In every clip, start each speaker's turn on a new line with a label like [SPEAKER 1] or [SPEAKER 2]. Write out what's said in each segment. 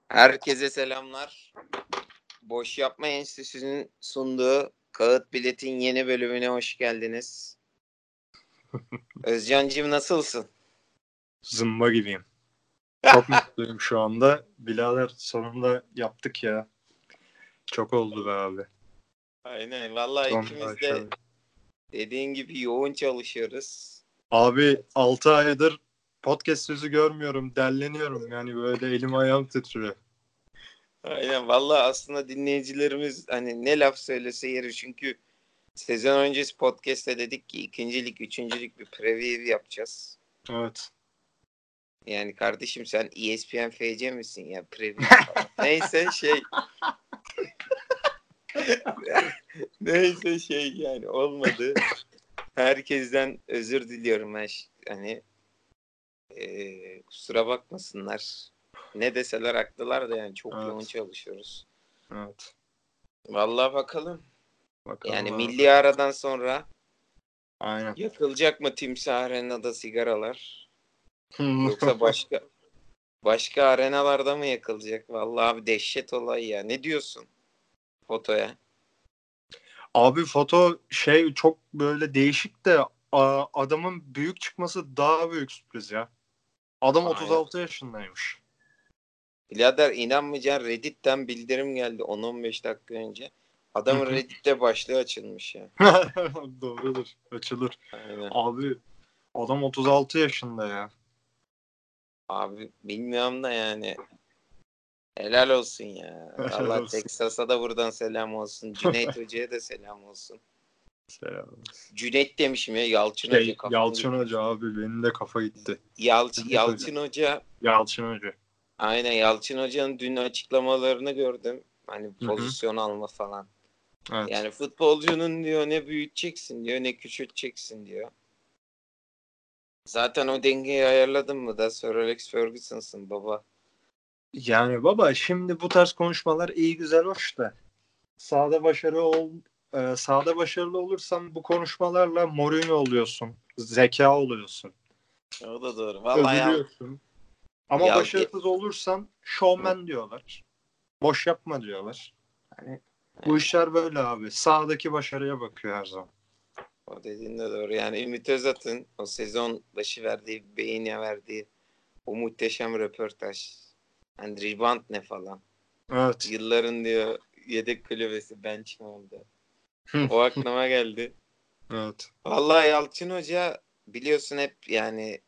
[SPEAKER 1] Herkese selamlar. Boş Yapma Enstitüsü'nün sunduğu Kağıt Bilet'in yeni bölümüne hoş geldiniz. Özcan'cığım nasılsın?
[SPEAKER 2] Zımba gibiyim. Çok mutluyum şu anda. Birader sonunda yaptık ya. Çok oldu be abi.
[SPEAKER 1] Aynen. Vallahi
[SPEAKER 2] Sonunda
[SPEAKER 1] ikimiz de
[SPEAKER 2] aşağı.
[SPEAKER 1] dediğin gibi yoğun çalışıyoruz.
[SPEAKER 2] Abi 6 aydır podcast sözü görmüyorum. Derleniyorum yani böyle elim ayağım titriyor.
[SPEAKER 1] Aynen. Vallahi aslında dinleyicilerimiz hani ne laf söylese yeri, çünkü sezon öncesi podcast'te dedik ki ikincilik, üçüncülük bir preview yapacağız.
[SPEAKER 2] Evet.
[SPEAKER 1] Yani kardeşim sen ESPN FC misin ya, preview falan. Neyse yani olmadı. Herkesten özür diliyorum ben. Hani kusura bakmasınlar. Ne deseler haklılar da, yani çok
[SPEAKER 2] Evet.
[SPEAKER 1] yoğun çalışıyoruz.
[SPEAKER 2] Evet.
[SPEAKER 1] Vallahi bakalım. Yani
[SPEAKER 2] abi.
[SPEAKER 1] milli aradan sonra
[SPEAKER 2] Aynen.
[SPEAKER 1] yakılacak mı Timsah Arena'da sigaralar? Yoksa başka arenalarda mı yakılacak? Vallahi abi dehşet olay ya. Ne diyorsun fotoya?
[SPEAKER 2] Abi foto çok böyle değişik de adamın büyük çıkması daha büyük sürpriz ya. Adam
[SPEAKER 1] Aynen.
[SPEAKER 2] 36 yaşındaymış.
[SPEAKER 1] Birader inanmayacaksın, Reddit'ten bildirim geldi 10-15 dakika önce. Adamın Reddit'te başlığı açılmış ya.
[SPEAKER 2] Doğrudur. Açılır.
[SPEAKER 1] Aynen.
[SPEAKER 2] Abi adam 36 yaşında ya.
[SPEAKER 1] Abi bilmiyorum da yani helal olsun ya.
[SPEAKER 2] Helal
[SPEAKER 1] Valla
[SPEAKER 2] olsun.
[SPEAKER 1] Texas'a da buradan selam olsun. Cüneyt Hoca'ya da selam olsun.
[SPEAKER 2] Selam olsun.
[SPEAKER 1] Cüneyt demişim ya, Yalçın Hoca.
[SPEAKER 2] Yalçın Hoca abi benim de kafa gitti.
[SPEAKER 1] Yalçın Hoca.
[SPEAKER 2] Yalçın Hoca.
[SPEAKER 1] Aynen, Yalçın Hoca'nın dün açıklamalarını gördüm. Hani
[SPEAKER 2] Hı-hı.
[SPEAKER 1] pozisyon alma falan.
[SPEAKER 2] Evet.
[SPEAKER 1] Yani futbolcunun diyor ne büyüteceksin diyor, ne küçülteceksin diyor. Zaten o dengeyi ayarladın mı da Sir Alex Ferguson'sın baba.
[SPEAKER 2] Yani baba şimdi bu tarz konuşmalar iyi güzel hoş da sahada başarılı olursan bu konuşmalarla Mourinho oluyorsun. Zeka oluyorsun.
[SPEAKER 1] O da doğru. Vallahi
[SPEAKER 2] Övülüyorsun. Ama başarısız olursan showman diyorlar. Boş yapma diyorlar. Yani bu işler böyle abi. Sahadaki başarıya bakıyor her zaman.
[SPEAKER 1] O dediğin de doğru. Yani Ümit Özat'ın o sezon başı verdiği o muhteşem röportaj. Hani rebound ne falan.
[SPEAKER 2] Evet.
[SPEAKER 1] Yılların diyor yedek kulübesi bench mi oldu? O aklıma geldi.
[SPEAKER 2] Evet.
[SPEAKER 1] Vallahi Yalçın Hoca biliyorsun hep yani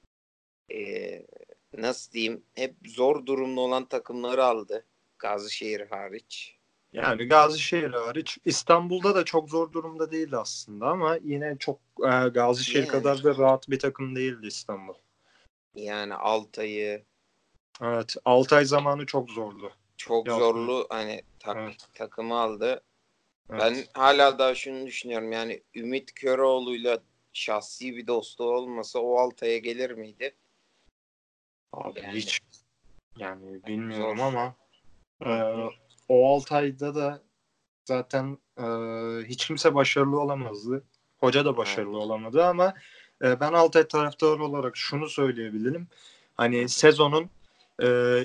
[SPEAKER 1] nasıl diyeyim, hep zor durumda olan takımları aldı. Gazişehir hariç.
[SPEAKER 2] Yani Gazişehir hariç İstanbul'da da çok zor durumda değildi aslında ama yine çok Gazişehir kadar da rahat bir takım değildi İstanbul.
[SPEAKER 1] Yani Altay'ı.
[SPEAKER 2] Evet. Altay zamanı çok zordu.
[SPEAKER 1] Çok zorlu hani
[SPEAKER 2] Evet.
[SPEAKER 1] takımı aldı.
[SPEAKER 2] Evet.
[SPEAKER 1] Ben hala daha şunu düşünüyorum, yani Ümit Köroğlu'yla şahsi bir dostluğu olmasa o Altay'a gelir miydi?
[SPEAKER 2] Abi
[SPEAKER 1] Yani
[SPEAKER 2] hiç yani bilmiyorum
[SPEAKER 1] zor.
[SPEAKER 2] ama o Altay'da da zaten hiç kimse başarılı olamazdı. Hoca da başarılı olamadı ama ben Altay taraftarı olarak şunu söyleyebilirim. Hani sezonun e,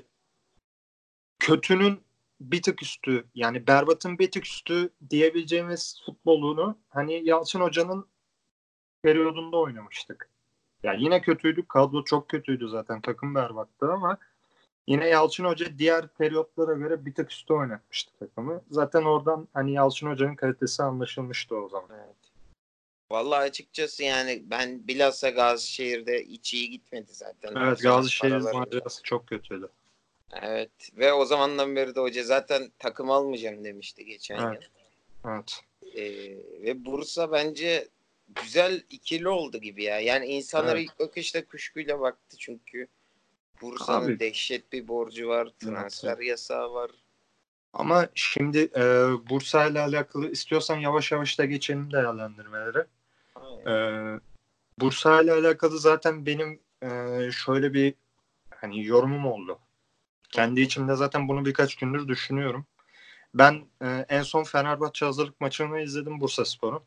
[SPEAKER 2] kötünün bir tık üstü yani berbatın bir tık üstü diyebileceğimiz futbolunu hani Yalçın Hoca'nın periyodunda oynamıştık. Yani yine kötüydük. Kadro çok kötüydü zaten. Takım berbattı ama yine Yalçın Hoca diğer periyotlara göre bir tık üstü oynatmıştı takımı. Zaten oradan hani Yalçın Hoca'nın kalitesi anlaşılmıştı o zaman.
[SPEAKER 1] Evet. Vallahi açıkçası yani ben bilhassa Gazişehir'de hiç iyi gitmedi zaten.
[SPEAKER 2] Evet, Gazişehir macerası çok kötüydü.
[SPEAKER 1] Evet, ve o zamandan beri de hoca zaten takım almayacağım demişti geçen yıl.
[SPEAKER 2] Evet.
[SPEAKER 1] Ve Bursa bence güzel ikili oldu gibi ya. Yani insanlar ilk bakışta kuşkuyla baktı, çünkü Bursa'nın dehşet bir borcu var, transfer yasağı var.
[SPEAKER 2] Ama şimdi Bursa ile alakalı istiyorsan yavaş yavaş da geçelim değerlendirmelere. Bursa ile alakalı zaten benim şöyle bir hani yorumum oldu. Kendi içimde zaten bunu birkaç gündür düşünüyorum. Ben en son Fenerbahçe hazırlık maçını izledim Bursaspor'un.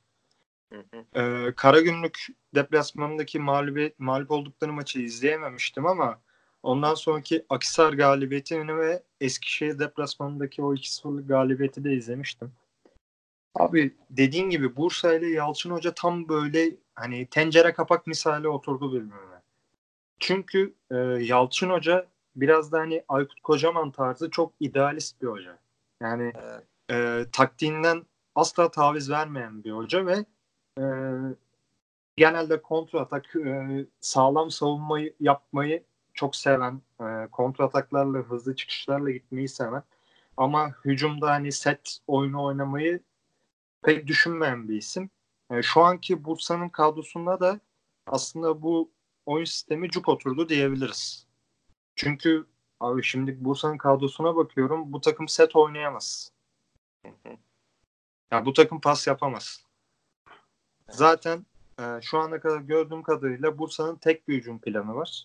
[SPEAKER 2] Karagümrük deplasmanındaki mağlup oldukları maçı izleyememiştim ama Ondan sonraki Akhisar galibiyetini ve Eskişehir deplasmanındaki o 2-0'lık galibiyeti de izlemiştim. Abi dediğin gibi Bursa ile Yalçın Hoca tam böyle hani tencere kapak misali oturdu birbirine. Çünkü Yalçın Hoca biraz da hani Aykut Kocaman tarzı çok idealist bir hoca. Yani taktiğinden asla taviz vermeyen bir hoca ve e, genelde kontratak sağlam savunmayı yapmayı çok seven, kontrataklarla hızlı çıkışlarla gitmeyi seven ama hücumda hani set oyunu oynamayı pek düşünmeyen bir isim. Şu anki Bursa'nın kadrosunda da aslında bu oyun sistemi cuk oturdu diyebiliriz. Çünkü abi şimdi Bursa'nın kadrosuna bakıyorum. Bu takım set oynayamaz. Yani bu takım pas yapamaz. Zaten şu ana kadar gördüğüm kadarıyla Bursa'nın tek bir hücum planı var.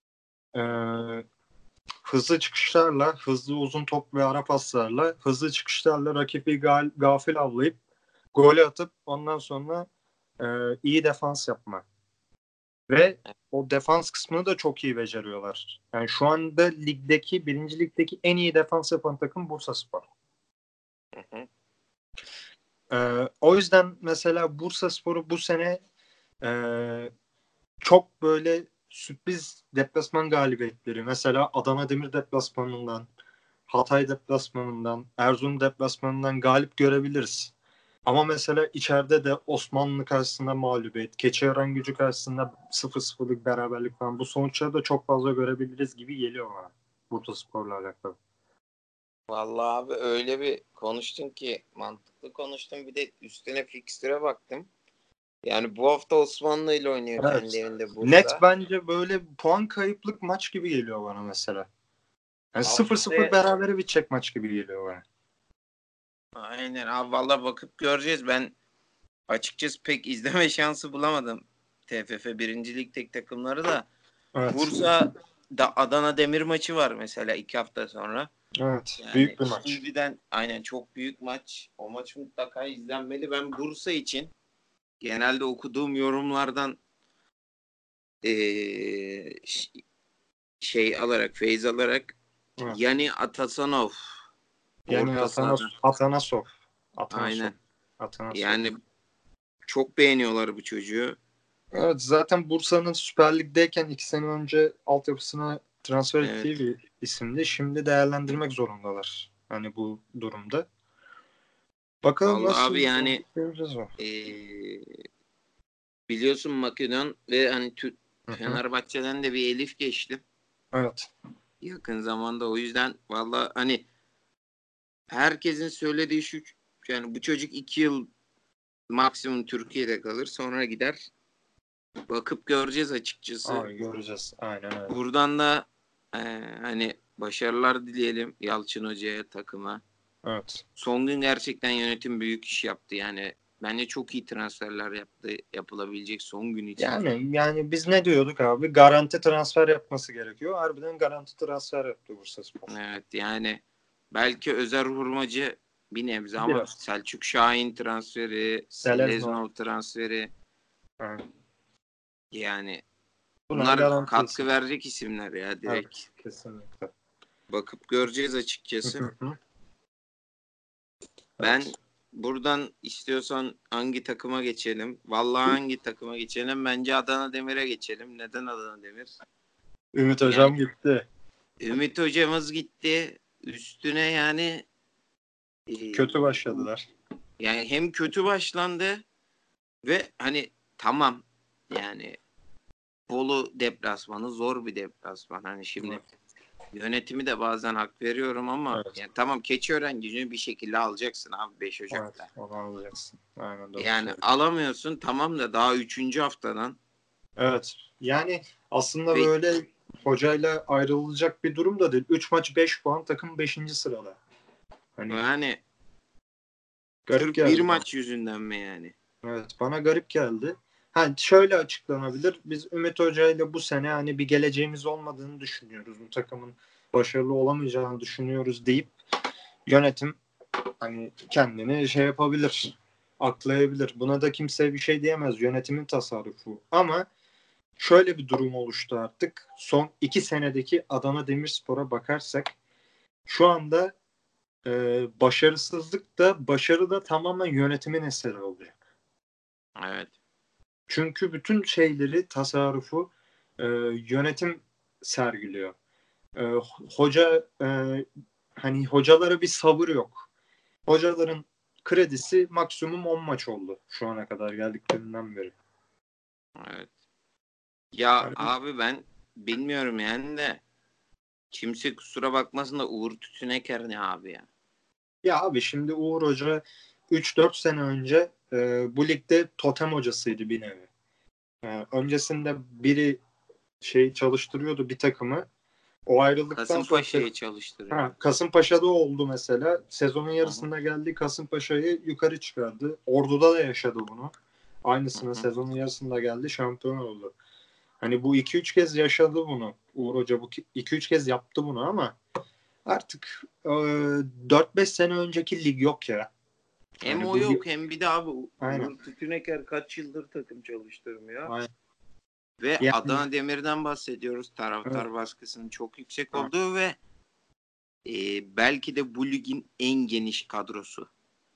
[SPEAKER 2] Hızlı çıkışlarla, hızlı uzun top ve ara paslarla, hızlı çıkışlarla rakibi gafil avlayıp gole atıp ondan sonra iyi defans yapma. Ve o defans kısmını da çok iyi beceriyorlar. Yani şu anda ligdeki, birinci ligdeki en iyi defans yapan takım Bursaspor. O yüzden mesela Bursaspor'u bu sene çok böyle sürpriz deplasman galibiyetleri. Mesela Adana Demir deplasmanından, Hatay deplasmanından, Erzurum deplasmanından galip görebiliriz. Ama mesela içeride de Osmanlı karşısında mağlubiyet, Keçiören karşısında 0-0'lık beraberlik falan bu sonuçları da çok fazla görebiliriz gibi geliyor bana Bursaspor'la alakalı.
[SPEAKER 1] Vallahi abi öyle bir konuştun ki mantıklı konuştun. Bir de üstüne fikstüre baktım. Yani bu hafta Osmanlı ile oynuyor kendi
[SPEAKER 2] Evet.
[SPEAKER 1] evinde
[SPEAKER 2] Net
[SPEAKER 1] Bursa.
[SPEAKER 2] bence böyle puan kayıplık maç gibi geliyor bana mesela. Yani
[SPEAKER 1] Abi
[SPEAKER 2] 0-0
[SPEAKER 1] de
[SPEAKER 2] berabere bitecek maç gibi geliyor bana.
[SPEAKER 1] aynen abi valla bakıp göreceğiz. Ben açıkçası pek izleme şansı bulamadım. TFF 1. Lig tek takımları da.
[SPEAKER 2] Evet.
[SPEAKER 1] Bursa da Adana Demir maçı var mesela 2 hafta sonra.
[SPEAKER 2] Evet.
[SPEAKER 1] Yani
[SPEAKER 2] Büyük bir maç.
[SPEAKER 1] şimdiden aynen çok büyük maç. O maç mutlaka izlenmeli. Ben Bursa için genelde okuduğum yorumlardan şey alarak, feyz alarak
[SPEAKER 2] Evet.
[SPEAKER 1] Yani Atasanov
[SPEAKER 2] Yani
[SPEAKER 1] orta sahadan.
[SPEAKER 2] Atanasov.
[SPEAKER 1] Aynen.
[SPEAKER 2] Atanasov.
[SPEAKER 1] Yani çok beğeniyorlar bu çocuğu.
[SPEAKER 2] Evet, zaten Bursa'nın Süper Lig'deyken 2 sene önce altyapısına transfer
[SPEAKER 1] Evet.
[SPEAKER 2] ettiği bir isimdi. Şimdi değerlendirmek zorundalar. Hani bu durumda. Bakalım
[SPEAKER 1] Vallahi abi
[SPEAKER 2] nasıl
[SPEAKER 1] yani
[SPEAKER 2] olacak göreceğiz o.
[SPEAKER 1] biliyorsun Makedon ve hani
[SPEAKER 2] Hı hı.
[SPEAKER 1] Fenerbahçe'den de bir Elif geçti.
[SPEAKER 2] Evet.
[SPEAKER 1] Yakın zamanda o yüzden vallahi hani herkesin söylediği şu yani bu çocuk 2 yıl maksimum Türkiye'de kalır sonra gider. Bakıp göreceğiz açıkçası.
[SPEAKER 2] Abi göreceğiz. Aynen öyle.
[SPEAKER 1] Buradan da e, hani başarılar dileyelim Yalçın Hoca'ya, takıma.
[SPEAKER 2] Evet.
[SPEAKER 1] Son gün gerçekten yönetim büyük iş yaptı. Yani bence çok iyi transferler yaptı yapılabilecek son gün için.
[SPEAKER 2] Yani biz ne diyorduk abi? Garanti transfer yapması gerekiyor. Harbiden garanti transfer yaptı Bursaspor.
[SPEAKER 1] Evet yani belki Özer Hurmacı bir nebze ama
[SPEAKER 2] Biraz.
[SPEAKER 1] Selçuk Şahin transferi,
[SPEAKER 2] Selezno.
[SPEAKER 1] Seleznov transferi
[SPEAKER 2] Evet.
[SPEAKER 1] yani
[SPEAKER 2] Bunlar
[SPEAKER 1] bunlar
[SPEAKER 2] garanti
[SPEAKER 1] katkı
[SPEAKER 2] isim.
[SPEAKER 1] verecek isimler ya direkt.
[SPEAKER 2] Evet. Kesinlikle.
[SPEAKER 1] Bakıp göreceğiz
[SPEAKER 2] Hı
[SPEAKER 1] açıkçası.
[SPEAKER 2] hı.
[SPEAKER 1] Ben
[SPEAKER 2] Evet.
[SPEAKER 1] buradan istiyorsan hangi takıma geçelim? Vallahi hangi takıma geçelim? Bence Adana Demir'e geçelim. Neden Adana Demir?
[SPEAKER 2] Ümit
[SPEAKER 1] Yani
[SPEAKER 2] Hocam gitti.
[SPEAKER 1] Ümit hocamız gitti. Üstüne
[SPEAKER 2] Kötü
[SPEAKER 1] e,
[SPEAKER 2] başladılar.
[SPEAKER 1] yani hem kötü başlandı ve hani tamam yani Bolu deplasmanı zor bir deplasman. Hani şimdi
[SPEAKER 2] Evet.
[SPEAKER 1] yönetimi de bazen hak veriyorum ama
[SPEAKER 2] Evet.
[SPEAKER 1] yani tamam Keçiören Gücü'nü bir şekilde alacaksın abi 5
[SPEAKER 2] Evet.
[SPEAKER 1] Ocak'ta.
[SPEAKER 2] Onu alacaksın. Aynen doğru
[SPEAKER 1] Yani
[SPEAKER 2] söylüyorsun.
[SPEAKER 1] alamıyorsun tamam da daha 3. haftadan
[SPEAKER 2] Evet. Yani aslında
[SPEAKER 1] ve
[SPEAKER 2] böyle hocayla ayrılacak bir durum da değil. 3 maç 5 puan takım 5. sırada. Hani
[SPEAKER 1] yani
[SPEAKER 2] garip
[SPEAKER 1] sırf bir
[SPEAKER 2] geldi bana.
[SPEAKER 1] maç yüzünden mi yani?
[SPEAKER 2] Evet, bana garip geldi. Ha, şöyle açıklanabilir. Biz Ümit Hoca ile bu sene hani bir geleceğimiz olmadığını düşünüyoruz. Bu takımın başarılı olamayacağını düşünüyoruz deyip yönetim hani kendini şey yapabilir. Aklayabilir. Buna da kimse bir şey diyemez. Yönetimin tasarrufu. Ama şöyle bir durum oluştu artık. Son 2 senedeki Adana Demirspor'a bakarsak şu anda başarısızlık da başarı da tamamen yönetimin eseri olacak.
[SPEAKER 1] Evet.
[SPEAKER 2] Çünkü bütün şeyleri, tasarrufu yönetim sergiliyor. Hoca hani hocalara bir sabır yok. Hocaların kredisi maksimum 10 maç oldu şu ana kadar geldiklerinden beri.
[SPEAKER 1] Evet. Ya
[SPEAKER 2] Yani,
[SPEAKER 1] abi ben bilmiyorum yani de kimse kusura bakmasın da Uğur Tütüneker ne abi ya?
[SPEAKER 2] ya abi şimdi Uğur Hoca 3-4 sene önce bu ligde totem hocasıydı bir nevi. Öncesinde biri çalıştırıyordu bir takımı. O ayrıldıktan sonra
[SPEAKER 1] Kasımpaşa'yı çalıştırıyordu.
[SPEAKER 2] Kasımpaşa'da oldu mesela. Sezonun
[SPEAKER 1] Hı hı,
[SPEAKER 2] yarısında geldi Kasımpaşa'yı yukarı çıkardı. Ordu'da da yaşadı bunu.
[SPEAKER 1] hı
[SPEAKER 2] Aynısını
[SPEAKER 1] hı.
[SPEAKER 2] sezonun yarısında geldi şampiyon oldu. Hani bu 2-3 kez yaşadı bunu. Uğur Hoca bu 2-3 kez yaptı bunu ama artık 4-5 sene önceki lig yok ya.
[SPEAKER 1] Hem
[SPEAKER 2] Hani
[SPEAKER 1] o
[SPEAKER 2] bu
[SPEAKER 1] yok hem bir de abi
[SPEAKER 2] aynen.
[SPEAKER 1] Uğur Tütüneker kaç yıldır takım çalıştırmıyor.
[SPEAKER 2] Aynen.
[SPEAKER 1] Ve
[SPEAKER 2] Yani
[SPEAKER 1] Adana Demir'den bahsediyoruz.
[SPEAKER 2] evet.
[SPEAKER 1] Taraftar baskısının çok yüksek
[SPEAKER 2] Ha.
[SPEAKER 1] olduğu ve belki de bu ligin en geniş kadrosu.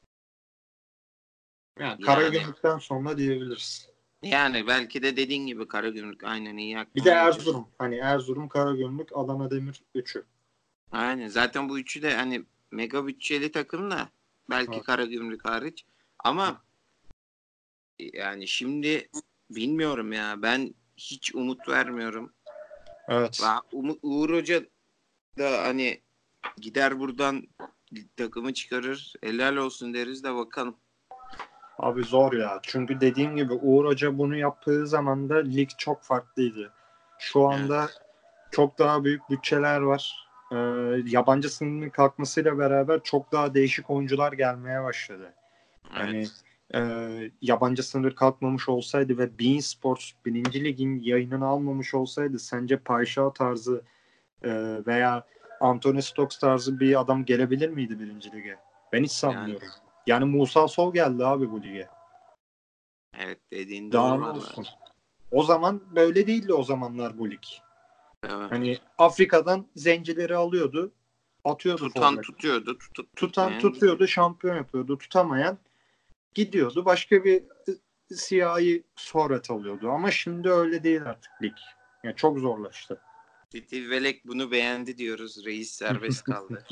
[SPEAKER 2] Yani
[SPEAKER 1] Yani
[SPEAKER 2] Karagümrük'ten sonra diyebiliriz.
[SPEAKER 1] belki de dediğin gibi Karagümrük aynen iyi
[SPEAKER 2] Bir de
[SPEAKER 1] aklıma getirdim.
[SPEAKER 2] Erzurum. Hani Erzurum, Karagümrük, Adana Demir üçü.
[SPEAKER 1] Aynen. Zaten bu üçü de hani mega bütçeli takım da belki
[SPEAKER 2] Evet.
[SPEAKER 1] Karagümrük hariç. Ama yani şimdi bilmiyorum ya. Ben hiç umut vermiyorum.
[SPEAKER 2] Evet.
[SPEAKER 1] Uğur Hoca da hani gider buradan takımı çıkarır. Helal olsun deriz de bakalım.
[SPEAKER 2] Abi zor ya. Çünkü dediğim gibi Uğur Hoca bunu yaptığı zaman da lig çok farklıydı. Şu
[SPEAKER 1] Evet.
[SPEAKER 2] anda çok daha büyük bütçeler var. Yabancı sınırının kalkmasıyla beraber çok daha değişik oyuncular gelmeye başladı. Hani
[SPEAKER 1] Evet.
[SPEAKER 2] yabancı sınır kalkmamış olsaydı ve beIN Sports birinci Lig'in yayınını almamış olsaydı sence Payşa tarzı veya Anthony Stokes tarzı bir adam gelebilir miydi birinci lige? Ben hiç
[SPEAKER 1] Yani
[SPEAKER 2] sanmıyorum. Yani Musa Sol geldi abi bu lige.
[SPEAKER 1] evet dediğin
[SPEAKER 2] Daha
[SPEAKER 1] doğru
[SPEAKER 2] ne
[SPEAKER 1] valla.
[SPEAKER 2] olsun? O zaman böyle değildi o zamanlar bu lig.
[SPEAKER 1] Evet.
[SPEAKER 2] Hani Afrika'dan zencileri alıyordu, atıyordu
[SPEAKER 1] Tutan
[SPEAKER 2] forvet.
[SPEAKER 1] tutuyordu,
[SPEAKER 2] Tutan
[SPEAKER 1] tutmayan gidiyor.
[SPEAKER 2] tutuyordu, şampiyon yapıyordu. Tutamayan gidiyordu. Başka bir siyahi forvet alıyordu. Ama şimdi öyle değil artık lig. Yani çok zorlaştı.
[SPEAKER 1] Steve Velek bunu beğendi diyoruz. Reis serbest kaldı.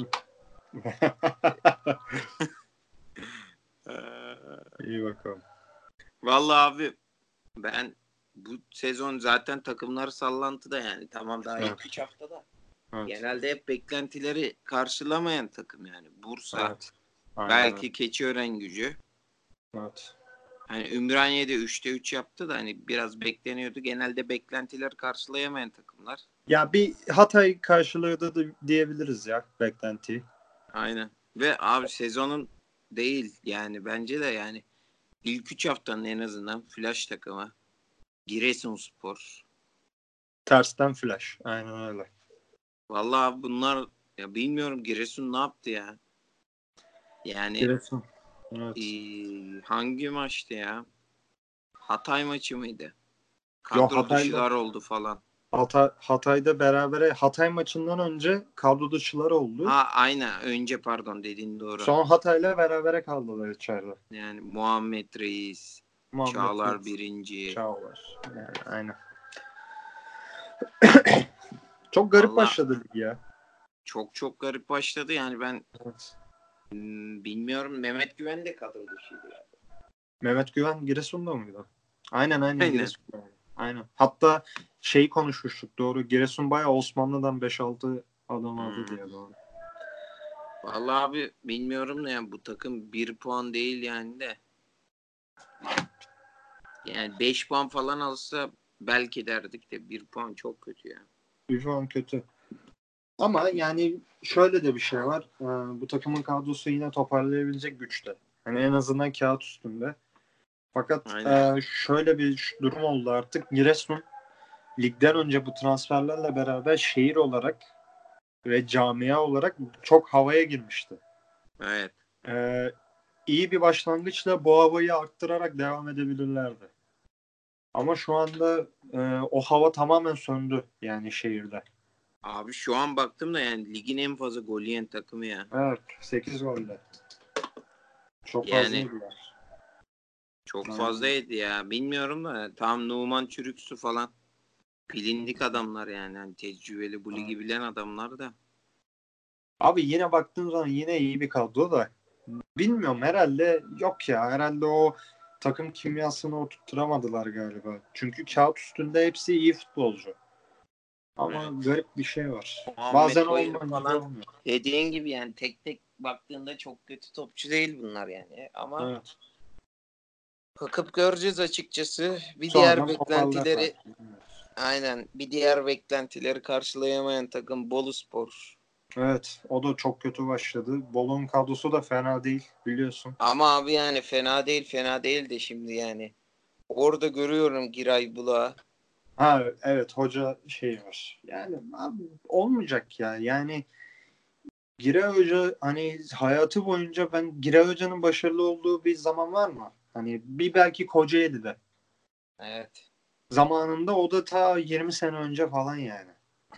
[SPEAKER 2] İyi bakalım.
[SPEAKER 1] Vallahi abi ben bu sezon zaten takımlar sallantıda yani. Tamam daha ilk
[SPEAKER 2] Evet,
[SPEAKER 1] 3 haftada.
[SPEAKER 2] evet,
[SPEAKER 1] Genelde hep beklentileri karşılamayan takım yani. Bursa,
[SPEAKER 2] evet. Aynen öyle.
[SPEAKER 1] belki Keçiören Gücü.
[SPEAKER 2] Evet.
[SPEAKER 1] Hani Ümraniye'de 3'te 3 yaptı da hani biraz bekleniyordu. Genelde beklentiler karşılayamayan takımlar.
[SPEAKER 2] Ya bir Hatay karşılığı da diyebiliriz ya beklentiyi.
[SPEAKER 1] Aynen. Ve abi sezonun değil yani bence de yani ilk 3 haftanın en azından flash takımı Giresunspor.
[SPEAKER 2] Tersten flash. Aynen öyle.
[SPEAKER 1] Vallahi abi bunlar ya bilmiyorum Giresun ne yaptı ya. Yani
[SPEAKER 2] Giresun. Evet.
[SPEAKER 1] hangi maçtı ya? Hatay maçı mıydı?
[SPEAKER 2] Yo
[SPEAKER 1] Kadro
[SPEAKER 2] Hatay'la
[SPEAKER 1] dışılar oldu falan.
[SPEAKER 2] Hatay'da berabere Hatay maçından önce kadro dışıları oldu.
[SPEAKER 1] Ha aynen önce pardon dediğin doğru.
[SPEAKER 2] Son Hatay'la berabere kaldılar içeride.
[SPEAKER 1] Yani Muhammed Reis,
[SPEAKER 2] Muhammed
[SPEAKER 1] Çağlar
[SPEAKER 2] Reis,
[SPEAKER 1] birinci.
[SPEAKER 2] Çağlar. Yani, aynen. Çok garip
[SPEAKER 1] Valla
[SPEAKER 2] başladı lig ya.
[SPEAKER 1] çok çok garip başladı. Yani ben
[SPEAKER 2] Evet.
[SPEAKER 1] bilmiyorum Mehmet Güven de kadro dışıydı ya.
[SPEAKER 2] Mehmet Güven Giresun'da mıydı? Aynen
[SPEAKER 1] Aynen.
[SPEAKER 2] Giresun'da. Aynen. Hatta şeyi konuşmuştuk doğru. Giresun bayağı Osmanlı'dan 5-6 adam aldı
[SPEAKER 1] Hmm.
[SPEAKER 2] diye doğru.
[SPEAKER 1] Vallahi abi bilmiyorum da yani bu takım 1 puan değil yani de. Yani 5 puan falan alsa belki derdik de 1 puan çok kötü ya.
[SPEAKER 2] Şu an kötü. Ama yani şöyle de bir şey var. Bu takımın kadrosu yine toparlayabilecek güçte. Hani en azından kağıt üstünde. Fakat
[SPEAKER 1] Aynen.
[SPEAKER 2] şöyle bir durum oldu artık. Giresun ligden önce bu transferlerle beraber şehir olarak ve camia olarak çok havaya girmişti.
[SPEAKER 1] Evet.
[SPEAKER 2] İyi bir başlangıçla bu havayı arttırarak devam edebilirlerdi. Ama şu anda o hava tamamen söndü yani şehirde.
[SPEAKER 1] Abi şu an baktım da yani ligin en fazla gol yiyen takımı ya.
[SPEAKER 2] Evet, 8 golle. Çok fazla
[SPEAKER 1] Yani
[SPEAKER 2] yediler.
[SPEAKER 1] çok
[SPEAKER 2] Aynen.
[SPEAKER 1] fazlaydı ya. Bilmiyorum da tam Numan Çürüksu falan bilindik adamlar yani. Hani tecrübeli bu ligi
[SPEAKER 2] Evet.
[SPEAKER 1] bilen adamlar da.
[SPEAKER 2] Abi yine baktığım zaman yine iyi bir kadro da bilmiyorum herhalde yok ya. Herhalde o takım kimyasını oturtturamadılar galiba. Çünkü kağıt üstünde hepsi iyi futbolcu. Ama
[SPEAKER 1] Evet.
[SPEAKER 2] garip bir şey var.
[SPEAKER 1] Muhammed
[SPEAKER 2] Bazen
[SPEAKER 1] Koyun
[SPEAKER 2] olmayınca
[SPEAKER 1] falan
[SPEAKER 2] olmuyor.
[SPEAKER 1] dediğin gibi yani tek tek baktığında çok kötü topçu değil bunlar yani. Ama
[SPEAKER 2] Evet.
[SPEAKER 1] bakıp göreceğiz açıkçası. Bir diğer
[SPEAKER 2] Sonradan toparlarlar.
[SPEAKER 1] beklentileri aynen bir diğer beklentileri karşılayamayan takım Boluspor.
[SPEAKER 2] Evet. O da çok kötü başladı. Bolon kadrosu da fena değil biliyorsun.
[SPEAKER 1] Ama abi yani fena değil de şimdi yani. Orada görüyorum Giray Bula.
[SPEAKER 2] Ha evet hoca şey var. Yani abi olmayacak ya. Yani Giray Hoca hani hayatı boyunca ben Giray Hoca'nın başarılı olduğu bir zaman var mı? Hani bir belki Kocaeli'de.
[SPEAKER 1] Evet.
[SPEAKER 2] Zamanında o da ta 20 sene önce falan yani.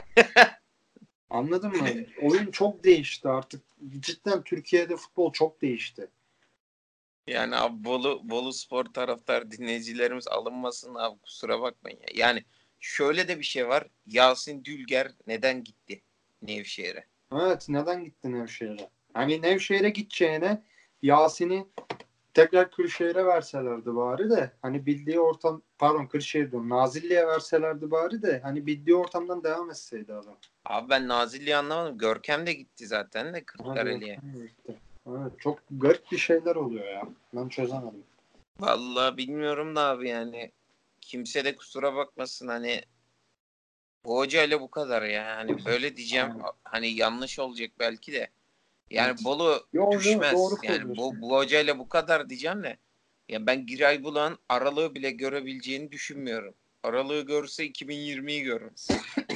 [SPEAKER 2] Anladın mı? Oyun çok değişti artık. Cidden Türkiye'de futbol çok değişti.
[SPEAKER 1] Yani abi Bolu Spor taraftar dinleyicilerimiz alınmasın abi kusura bakmayın ya. Yani şöyle de bir şey var. Yasin Dülger neden gitti Nevşehir'e?
[SPEAKER 2] Evet neden gittin Nevşehir'e? Hani Nevşehir'e gideceğine Yasin'i tekrar Kırşehir'e verselerdi bari de hani bildiği ortam pardon Kırşehir diyorum Nazilli'ye verselerdi bari de hani bildiği ortamdan devam etseydi adam.
[SPEAKER 1] Abi ben Nazilli'yi anlamadım. Görkem de gitti zaten de
[SPEAKER 2] Aha
[SPEAKER 1] Kırklareli'ye.
[SPEAKER 2] Görkem de gitti. Evet, çok garip bir şeyler oluyor ya. Ben çözemedim.
[SPEAKER 1] Vallahi bilmiyorum da abi yani kimse de kusura bakmasın hani bu hocayla bu kadar ya. Hani böyle diyeceğim
[SPEAKER 2] Aynen.
[SPEAKER 1] hani yanlış olacak belki de. Yani
[SPEAKER 2] Evet.
[SPEAKER 1] Bolu
[SPEAKER 2] Yo, doğru
[SPEAKER 1] düşmez. Yani
[SPEAKER 2] söylüyorsun.
[SPEAKER 1] bu hocayla bu kadar diyeceğim de. Ya ben Giray Bulan aralığı bile görebileceğini düşünmüyorum. Aralığı görse 2020'yi görmez.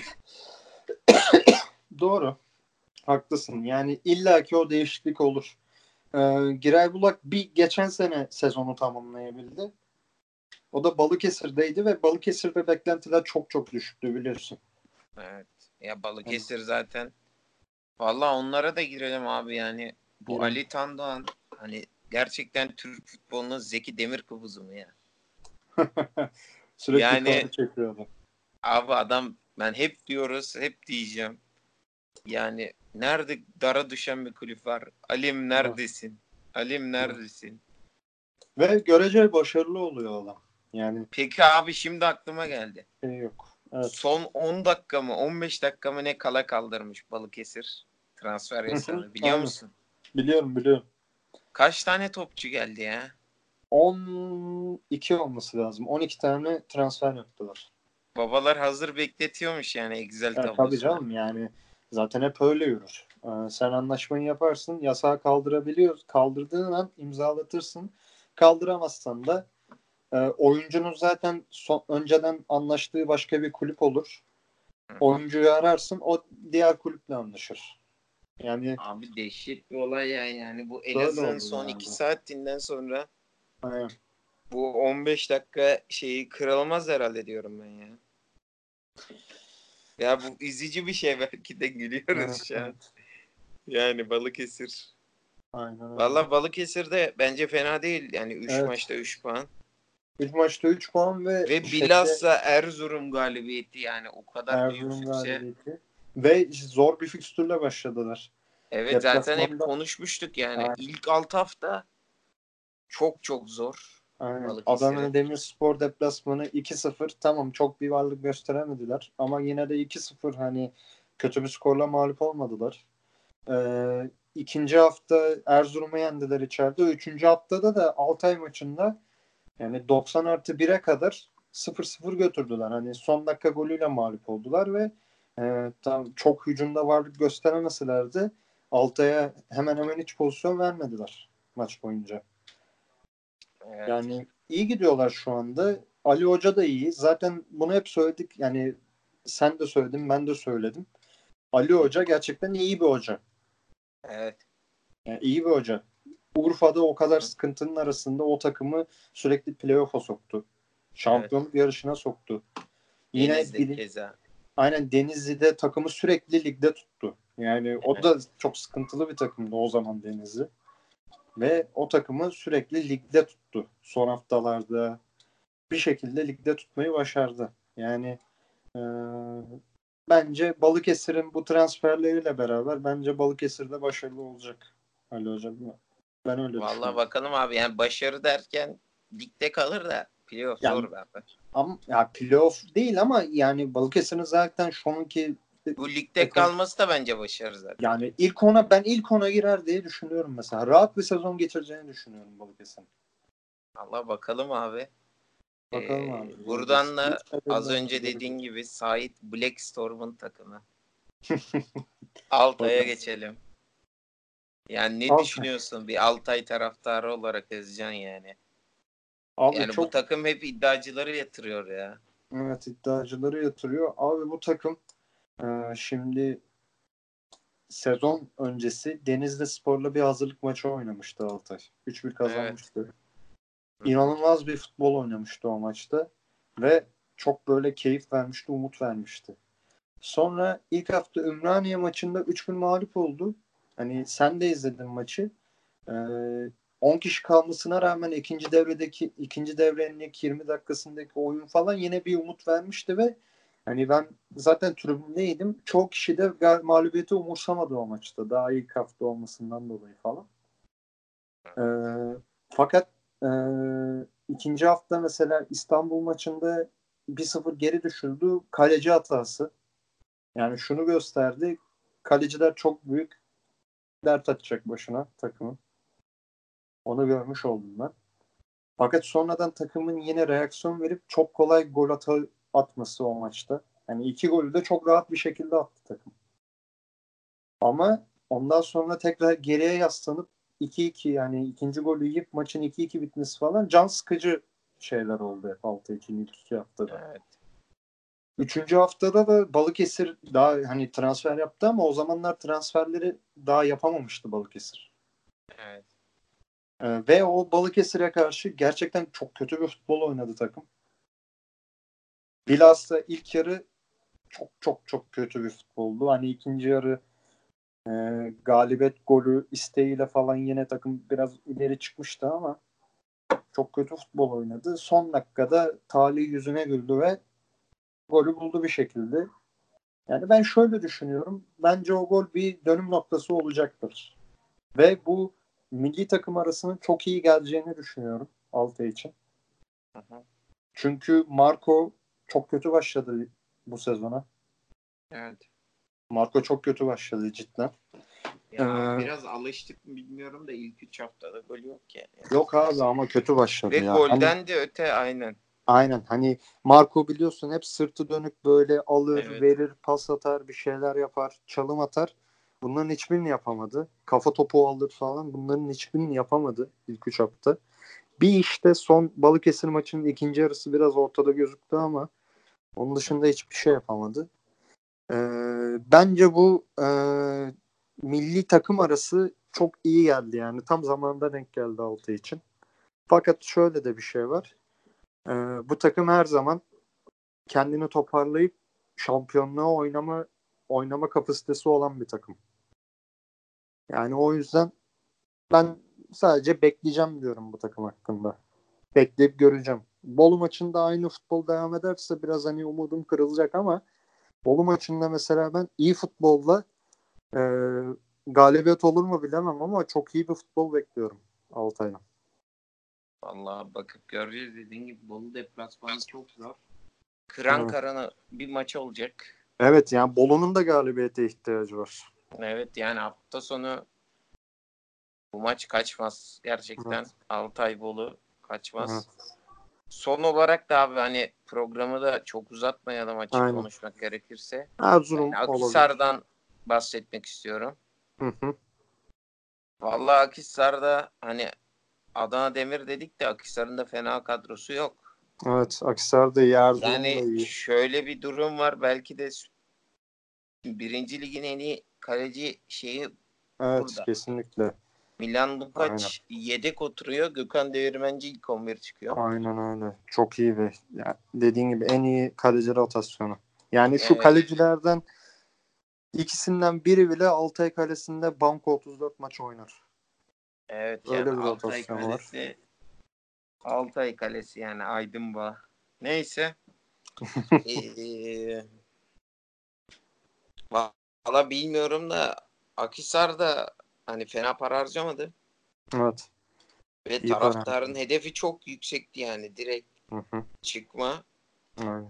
[SPEAKER 2] Doğru. Haklısın. Yani illaki o değişiklik olur. Giray Bulak bir geçen sene sezonu tamamlayabildi. O da Balıkesir'deydi ve Balıkesir'de beklentiler çok çok düşüktü biliyorsun.
[SPEAKER 1] Evet. Ya
[SPEAKER 2] Yani,
[SPEAKER 1] Balıkesir zaten. Vallahi onlara da girelim abi yani. Bu
[SPEAKER 2] giren.
[SPEAKER 1] Ali Tandoğan hani gerçekten Türk futbolunun Zeki Demirkubuz'u mu ya?
[SPEAKER 2] Sürekli
[SPEAKER 1] Yani
[SPEAKER 2] kavga çekiyordu.
[SPEAKER 1] abi adam ben hep diyoruz, hep diyeceğim. Yani nerede dara düşen bir kulüp var? Alim
[SPEAKER 2] Evet.
[SPEAKER 1] neredesin? Alim
[SPEAKER 2] Evet.
[SPEAKER 1] neredesin?
[SPEAKER 2] Ve göreceli başarılı oluyor adam. Yani
[SPEAKER 1] Peki abi şimdi aklıma geldi.
[SPEAKER 2] şey yok. Evet.
[SPEAKER 1] Son 10 dakika mı 15 dakika mı ne kala kaldırmış Balıkesir transfer
[SPEAKER 2] Hı hı,
[SPEAKER 1] yasağını biliyor
[SPEAKER 2] aynen.
[SPEAKER 1] musun?
[SPEAKER 2] Biliyorum.
[SPEAKER 1] Kaç tane topçu geldi ya?
[SPEAKER 2] 12 olması lazım. 12 tane transfer yaptılar.
[SPEAKER 1] Babalar hazır bekletiyormuş yani Excel
[SPEAKER 2] Tabii
[SPEAKER 1] tablosuna.
[SPEAKER 2] canım yani zaten hep öyle yürür. Sen anlaşmayı yaparsın, yasağı kaldırabiliyor. Kaldırdığın an imzalatırsın. Kaldıramazsan da oyuncunun zaten önceden anlaştığı başka bir kulüp olur.
[SPEAKER 1] Hı hı.
[SPEAKER 2] Oyuncuyu ararsın, o diğer kulüple anlaşır. Yani
[SPEAKER 1] Abi dehşet bir olay ya yani bu
[SPEAKER 2] böyle
[SPEAKER 1] Elazığ'ın
[SPEAKER 2] oldu
[SPEAKER 1] son 2
[SPEAKER 2] genelde.
[SPEAKER 1] saatinden sonra
[SPEAKER 2] Aynen.
[SPEAKER 1] bu 15 dakika şeyi kırılmaz herhalde diyorum ben ya. Ya bu üzücü bir şey belki de gülüyoruz
[SPEAKER 2] Evet,
[SPEAKER 1] şu an.
[SPEAKER 2] evet.
[SPEAKER 1] Yani Balıkesir.
[SPEAKER 2] Aynen öyle.
[SPEAKER 1] Valla Balıkesir de bence fena değil. Yani 3
[SPEAKER 2] Evet.
[SPEAKER 1] maçta 3 puan.
[SPEAKER 2] 3 maçta 3 puan ve
[SPEAKER 1] Ve
[SPEAKER 2] şeyde
[SPEAKER 1] bilhassa Erzurum galibiyeti yani o kadar büyük
[SPEAKER 2] Erzurum
[SPEAKER 1] sükse.
[SPEAKER 2] galibiyeti. Ve zor bir fikstürle başladılar.
[SPEAKER 1] Evet zaten hep
[SPEAKER 2] Deplasmanda
[SPEAKER 1] konuşmuştuk yani.
[SPEAKER 2] aynen,
[SPEAKER 1] İlk 6 hafta çok çok zor
[SPEAKER 2] aynen.
[SPEAKER 1] Balıkesir'in.
[SPEAKER 2] Adana Demirspor deplasmanı 2-0. Tamam çok bir varlık gösteremediler. Ama yine de 2-0 hani kötü bir skorla mağlup olmadılar. İkinci hafta Erzurum'u yendiler içeride. Üçüncü haftada da Altay maçında yani 90 artı 1'e kadar 0-0 götürdüler. Hani son dakika golüyle mağlup oldular ve tam çok hücumda varlık gösteremeselerdi Altay'a hemen hemen hiç pozisyon vermediler maç boyunca.
[SPEAKER 1] Evet.
[SPEAKER 2] Yani iyi gidiyorlar şu anda. Ali Hoca da iyi. Zaten bunu hep söyledik. Yani sen de söyledin, ben de söyledim. Ali Hoca gerçekten iyi bir hoca.
[SPEAKER 1] Evet.
[SPEAKER 2] Yani iyi bir hoca. Urfa'da o kadar sıkıntının arasında o takımı sürekli playoff'a soktu. Şampiyonluk yarışına soktu. Yine
[SPEAKER 1] Denizli keza.
[SPEAKER 2] Aynen Denizli'de takımı sürekli ligde tuttu. Yani o da çok sıkıntılı bir takımdı o zaman Denizli. Ve o takımı sürekli ligde tuttu. Son haftalarda bir şekilde ligde tutmayı başardı. Yani bence Balıkesir'in bu transferleriyle beraber bence Balıkesir'de başarılı olacak. Ali Hocam. Ben öyle
[SPEAKER 1] Vallahi
[SPEAKER 2] düşünüyorum.
[SPEAKER 1] bakalım abi. Yani başarı derken ligde kalır da playoff
[SPEAKER 2] Yani,
[SPEAKER 1] zor be abi.
[SPEAKER 2] Ama ya playoff değil ama yani Balıkesir'in zaten şu anki
[SPEAKER 1] Bu ligde kalması da bence başarı zaten.
[SPEAKER 2] Yani ben ilk ona girer diye düşünüyorum mesela. Rahat bir sezon geçireceğini düşünüyorum Balıkesir'in.
[SPEAKER 1] Allah bakalım abi.
[SPEAKER 2] Bakalım abi.
[SPEAKER 1] Buradan da az önce dediğin gibi Sait Blackstorm'un takımı. Altay'a geçelim. Yani ne düşünüyorsun bir Altay taraftarı olarak Özcan yani?
[SPEAKER 2] Abi
[SPEAKER 1] yani bu takım hep iddiacıları yatırıyor ya.
[SPEAKER 2] Evet, iddiacıları yatırıyor. Abi bu takım şimdi sezon öncesi Denizli Spor'la bir hazırlık maçı oynamıştı Altay. 3-1 kazanmıştı. Evet. İnanılmaz bir futbol oynamıştı o maçta ve çok böyle keyif vermişti, umut vermişti. Sonra ilk hafta Ümraniye maçında 3-1 mağlup oldu. Hani sen de izledin maçı. 10 kişi kalmasına rağmen ikinci devrenin ilk 20 dakikasındaki oyun falan yine bir umut vermişti ve hani ben zaten tribündeydim. Çoğu kişi de mağlubiyeti umursamadı o maçta. Daha ilk hafta olmasından dolayı falan. Fakat ikinci hafta mesela İstanbul maçında 1-0 geri düşüldü. Kaleci hatası. Yani şunu gösterdi. Kaleciler çok büyük dert açacak başına takımın. Onu görmüş oldum ben. Fakat sonradan takımın yine reaksiyon verip çok kolay atması o maçta. Yani 2 golü de çok rahat bir şekilde attı takım. Ama ondan sonra tekrar geriye yaslanıp 2-2 yani ikinci golü yiyip maçın 2-2 bitmesi falan can sıkıcı şeyler oldu hep 6-2'nin ilk 2 haftada.
[SPEAKER 1] Evet.
[SPEAKER 2] Üçüncü haftada da Balıkesir daha hani transfer yaptı ama o zamanlar transferleri daha yapamamıştı Balıkesir.
[SPEAKER 1] Evet.
[SPEAKER 2] Ve o Balıkesir'e karşı gerçekten çok kötü bir futbol oynadı takım. Bilhassa ilk yarı çok çok çok kötü bir futboldu. Hani ikinci yarı galibiyet golü isteğiyle falan yine takım biraz ileri çıkmıştı ama çok kötü futbol oynadı. Son dakikada talih yüzüne güldü ve golü buldu bir şekilde. Yani ben şöyle düşünüyorum. Bence o gol bir dönüm noktası olacaktır. Ve bu milli takım arasının çok iyi geleceğini düşünüyorum Altay için. Çünkü Marco çok kötü başladı bu sezona.
[SPEAKER 1] Evet.
[SPEAKER 2] Marco çok kötü başladı cidden.
[SPEAKER 1] Ya biraz alıştık mı bilmiyorum da ilk 3 haftada gol yok yani.
[SPEAKER 2] Yok abi ama kötü başladı
[SPEAKER 1] ve
[SPEAKER 2] ya.
[SPEAKER 1] golden hani, de öte aynen.
[SPEAKER 2] Aynen hani Marco biliyorsun hep sırtı dönük böyle alır, verir, pas atar, bir şeyler yapar, çalım atar. Bunların hiçbirini yapamadı. Kafa topu alır falan. Bunların hiçbirini yapamadı ilk 3 hafta. Bir işte son Balıkesir maçının ikinci yarısı biraz ortada gözüktü ama onun dışında hiçbir şey yapamadı. Bence bu milli takım arası çok iyi geldi yani. Tam zamanında denk geldi Altay için. Fakat şöyle de bir şey var. Bu takım her zaman kendini toparlayıp şampiyonluğa oynama kapasitesi olan bir takım. Yani o yüzden ben sadece bekleyeceğim diyorum bu takım hakkında. Bekleyip göreceğim. Bolu maçında aynı futbol devam ederse biraz hani umudum kırılacak ama Bolu maçında mesela ben iyi futbolla galibiyet olur mu bilemem ama çok iyi bir futbol bekliyorum Altay'dan.
[SPEAKER 1] Vallahi bakıp göreceğiz dediğin gibi Bolu deplasmanı çok zor. Kıran karana bir maç olacak.
[SPEAKER 2] Evet yani Bolu'nun da galibiyete ihtiyacı var.
[SPEAKER 1] Evet yani hafta sonu bu maç kaçmaz. Gerçekten evet. Altay Bolu kaçmaz. Evet. Son olarak da abi hani programı da çok uzatmayalım açık konuşmak gerekirse.
[SPEAKER 2] Erzurum
[SPEAKER 1] yani Akhisar'dan bahsetmek istiyorum. Vallahi Akhisar'da hani Adana Demir dedik de Akhisar'ın da fena kadrosu yok.
[SPEAKER 2] Evet, Akhisar'da iyi, Erzurum'da
[SPEAKER 1] yani
[SPEAKER 2] iyi.
[SPEAKER 1] Şöyle bir durum var. Belki de 1. Ligin en iyi kaleci şeyi
[SPEAKER 2] evet,
[SPEAKER 1] burada.
[SPEAKER 2] Kesinlikle.
[SPEAKER 1] Milan Lukaç yedek oturuyor. Gökhan Devirmenci ilk 11 çıkıyor.
[SPEAKER 2] Aynen öyle. Çok iyi ve yani dediğin gibi en iyi kaleci rotasyonu. Yani şu
[SPEAKER 1] Evet.
[SPEAKER 2] kalecilerden ikisinden biri bile Altay Kalesi'nde banko 34 maç oynar.
[SPEAKER 1] Evet
[SPEAKER 2] Öyle
[SPEAKER 1] yani
[SPEAKER 2] bir rotasyon var.
[SPEAKER 1] Altay Kalesi yani Aydınbağ. Neyse. ee, Valla bilmiyorum da Akhisar da hani fena para harcamadı.
[SPEAKER 2] Evet.
[SPEAKER 1] Ve
[SPEAKER 2] İyi para.
[SPEAKER 1] taraftarın hedefi çok yüksekti yani. Direkt
[SPEAKER 2] Hı.
[SPEAKER 1] çıkma.
[SPEAKER 2] Aynen.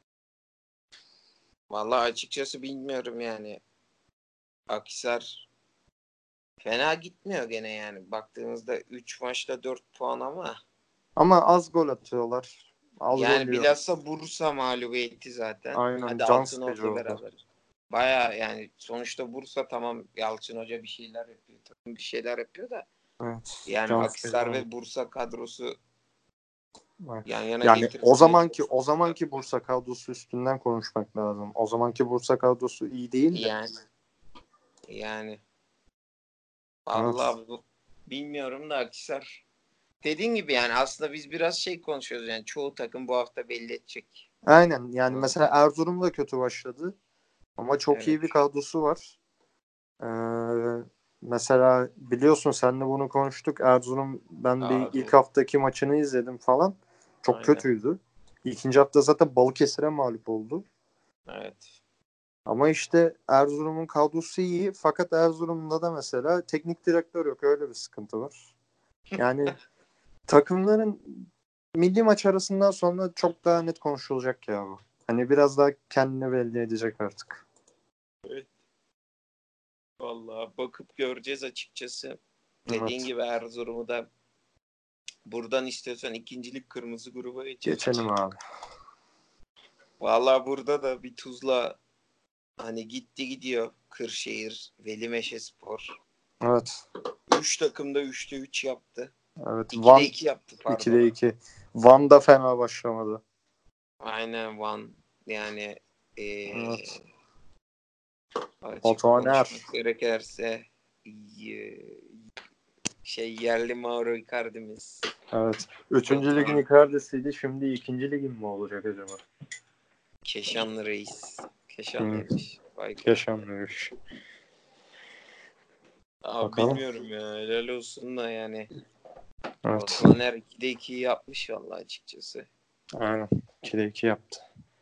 [SPEAKER 1] Valla açıkçası bilmiyorum yani. Akhisar fena gitmiyor gene yani. Baktığımızda 3 maçta 4 puan ama
[SPEAKER 2] Ama az gol atıyorlar. Az gol
[SPEAKER 1] yani
[SPEAKER 2] yiyor.
[SPEAKER 1] bilhassa Bursa mağlubiyeti zaten.
[SPEAKER 2] Aynen
[SPEAKER 1] Hadi
[SPEAKER 2] can
[SPEAKER 1] Altınordu
[SPEAKER 2] sıkıcı oldu.
[SPEAKER 1] beraber. Baya yani sonuçta Bursa tamam Yalçın Hoca bir şeyler yapıyor. Takım bir şeyler yapıyor da
[SPEAKER 2] Evet.
[SPEAKER 1] yani
[SPEAKER 2] Can sıkıcı
[SPEAKER 1] Akhisar
[SPEAKER 2] oldu.
[SPEAKER 1] ve Bursa kadrosu
[SPEAKER 2] Evet.
[SPEAKER 1] yan yana
[SPEAKER 2] Yani
[SPEAKER 1] getirildiğinde çok
[SPEAKER 2] o zamanki Bursa kadrosu üstünden konuşmak lazım. O zamanki Bursa kadrosu iyi değil de.
[SPEAKER 1] yani
[SPEAKER 2] Evet.
[SPEAKER 1] vallahi bilmiyorum da Akhisar dediğin gibi yani aslında biz biraz şey konuşuyoruz yani çoğu takım bu hafta belli edecek.
[SPEAKER 2] Aynen yani
[SPEAKER 1] Evet.
[SPEAKER 2] mesela Erzurum da kötü başladı. Ama çok iyi
[SPEAKER 1] Evet.
[SPEAKER 2] bir kadrosu var. Mesela biliyorsun seninle bunu konuştuk. Erzurum ben bir ilk
[SPEAKER 1] Doğru.
[SPEAKER 2] haftaki maçını izledim falan. Çok
[SPEAKER 1] Aynen.
[SPEAKER 2] kötüydü. İkinci hafta zaten Balıkesir'e mağlup oldu.
[SPEAKER 1] Evet.
[SPEAKER 2] Ama işte Erzurum'un kadrosu iyi. Fakat Erzurum'da da mesela teknik direktör yok. Öyle bir sıkıntı var. Yani takımların milli maç arasından sonra çok daha net konuşulacak ya bu. Hani biraz daha kendini belli edecek artık.
[SPEAKER 1] Evet. Vallahi bakıp göreceğiz açıkçası. Dediğin
[SPEAKER 2] Evet.
[SPEAKER 1] gibi Erzurum'u da buradan istiyorsan ikincilik kırmızı gruba geçelim.
[SPEAKER 2] Geçelim abi.
[SPEAKER 1] Vallahi burada da bir Tuzla hani gitti gidiyor. Kırşehir, Velimeşespor.
[SPEAKER 2] Evet.
[SPEAKER 1] 3 takımda 3'te 3 yaptı.
[SPEAKER 2] Evet.
[SPEAKER 1] 2'de
[SPEAKER 2] Van
[SPEAKER 1] 2 yaptı pardon.
[SPEAKER 2] 2'de 2. Van da fena başlamadı.
[SPEAKER 1] Aynen Van. Yani
[SPEAKER 2] Evet.
[SPEAKER 1] açık
[SPEAKER 2] Batuhaner.
[SPEAKER 1] konuşmak gerekirse yerli Mauro Icardi'miz.
[SPEAKER 2] Evet. Üçüncü ligin
[SPEAKER 1] Batuhan
[SPEAKER 2] Icardi'siydi. Şimdi ikinci ligin mi olacak acaba?
[SPEAKER 1] Keşanlı Reis.
[SPEAKER 2] Hmm.
[SPEAKER 1] Keşanlıymış. Vay be.
[SPEAKER 2] Yaşanmış.
[SPEAKER 1] Abi
[SPEAKER 2] Bakalım.
[SPEAKER 1] bilmiyorum ya. Helal olsun da yani.
[SPEAKER 2] Evet.
[SPEAKER 1] Batuhan 2'de 2'yi yapmış vallahi açıkçası.
[SPEAKER 2] Aynen. 2'de 2 yaptı.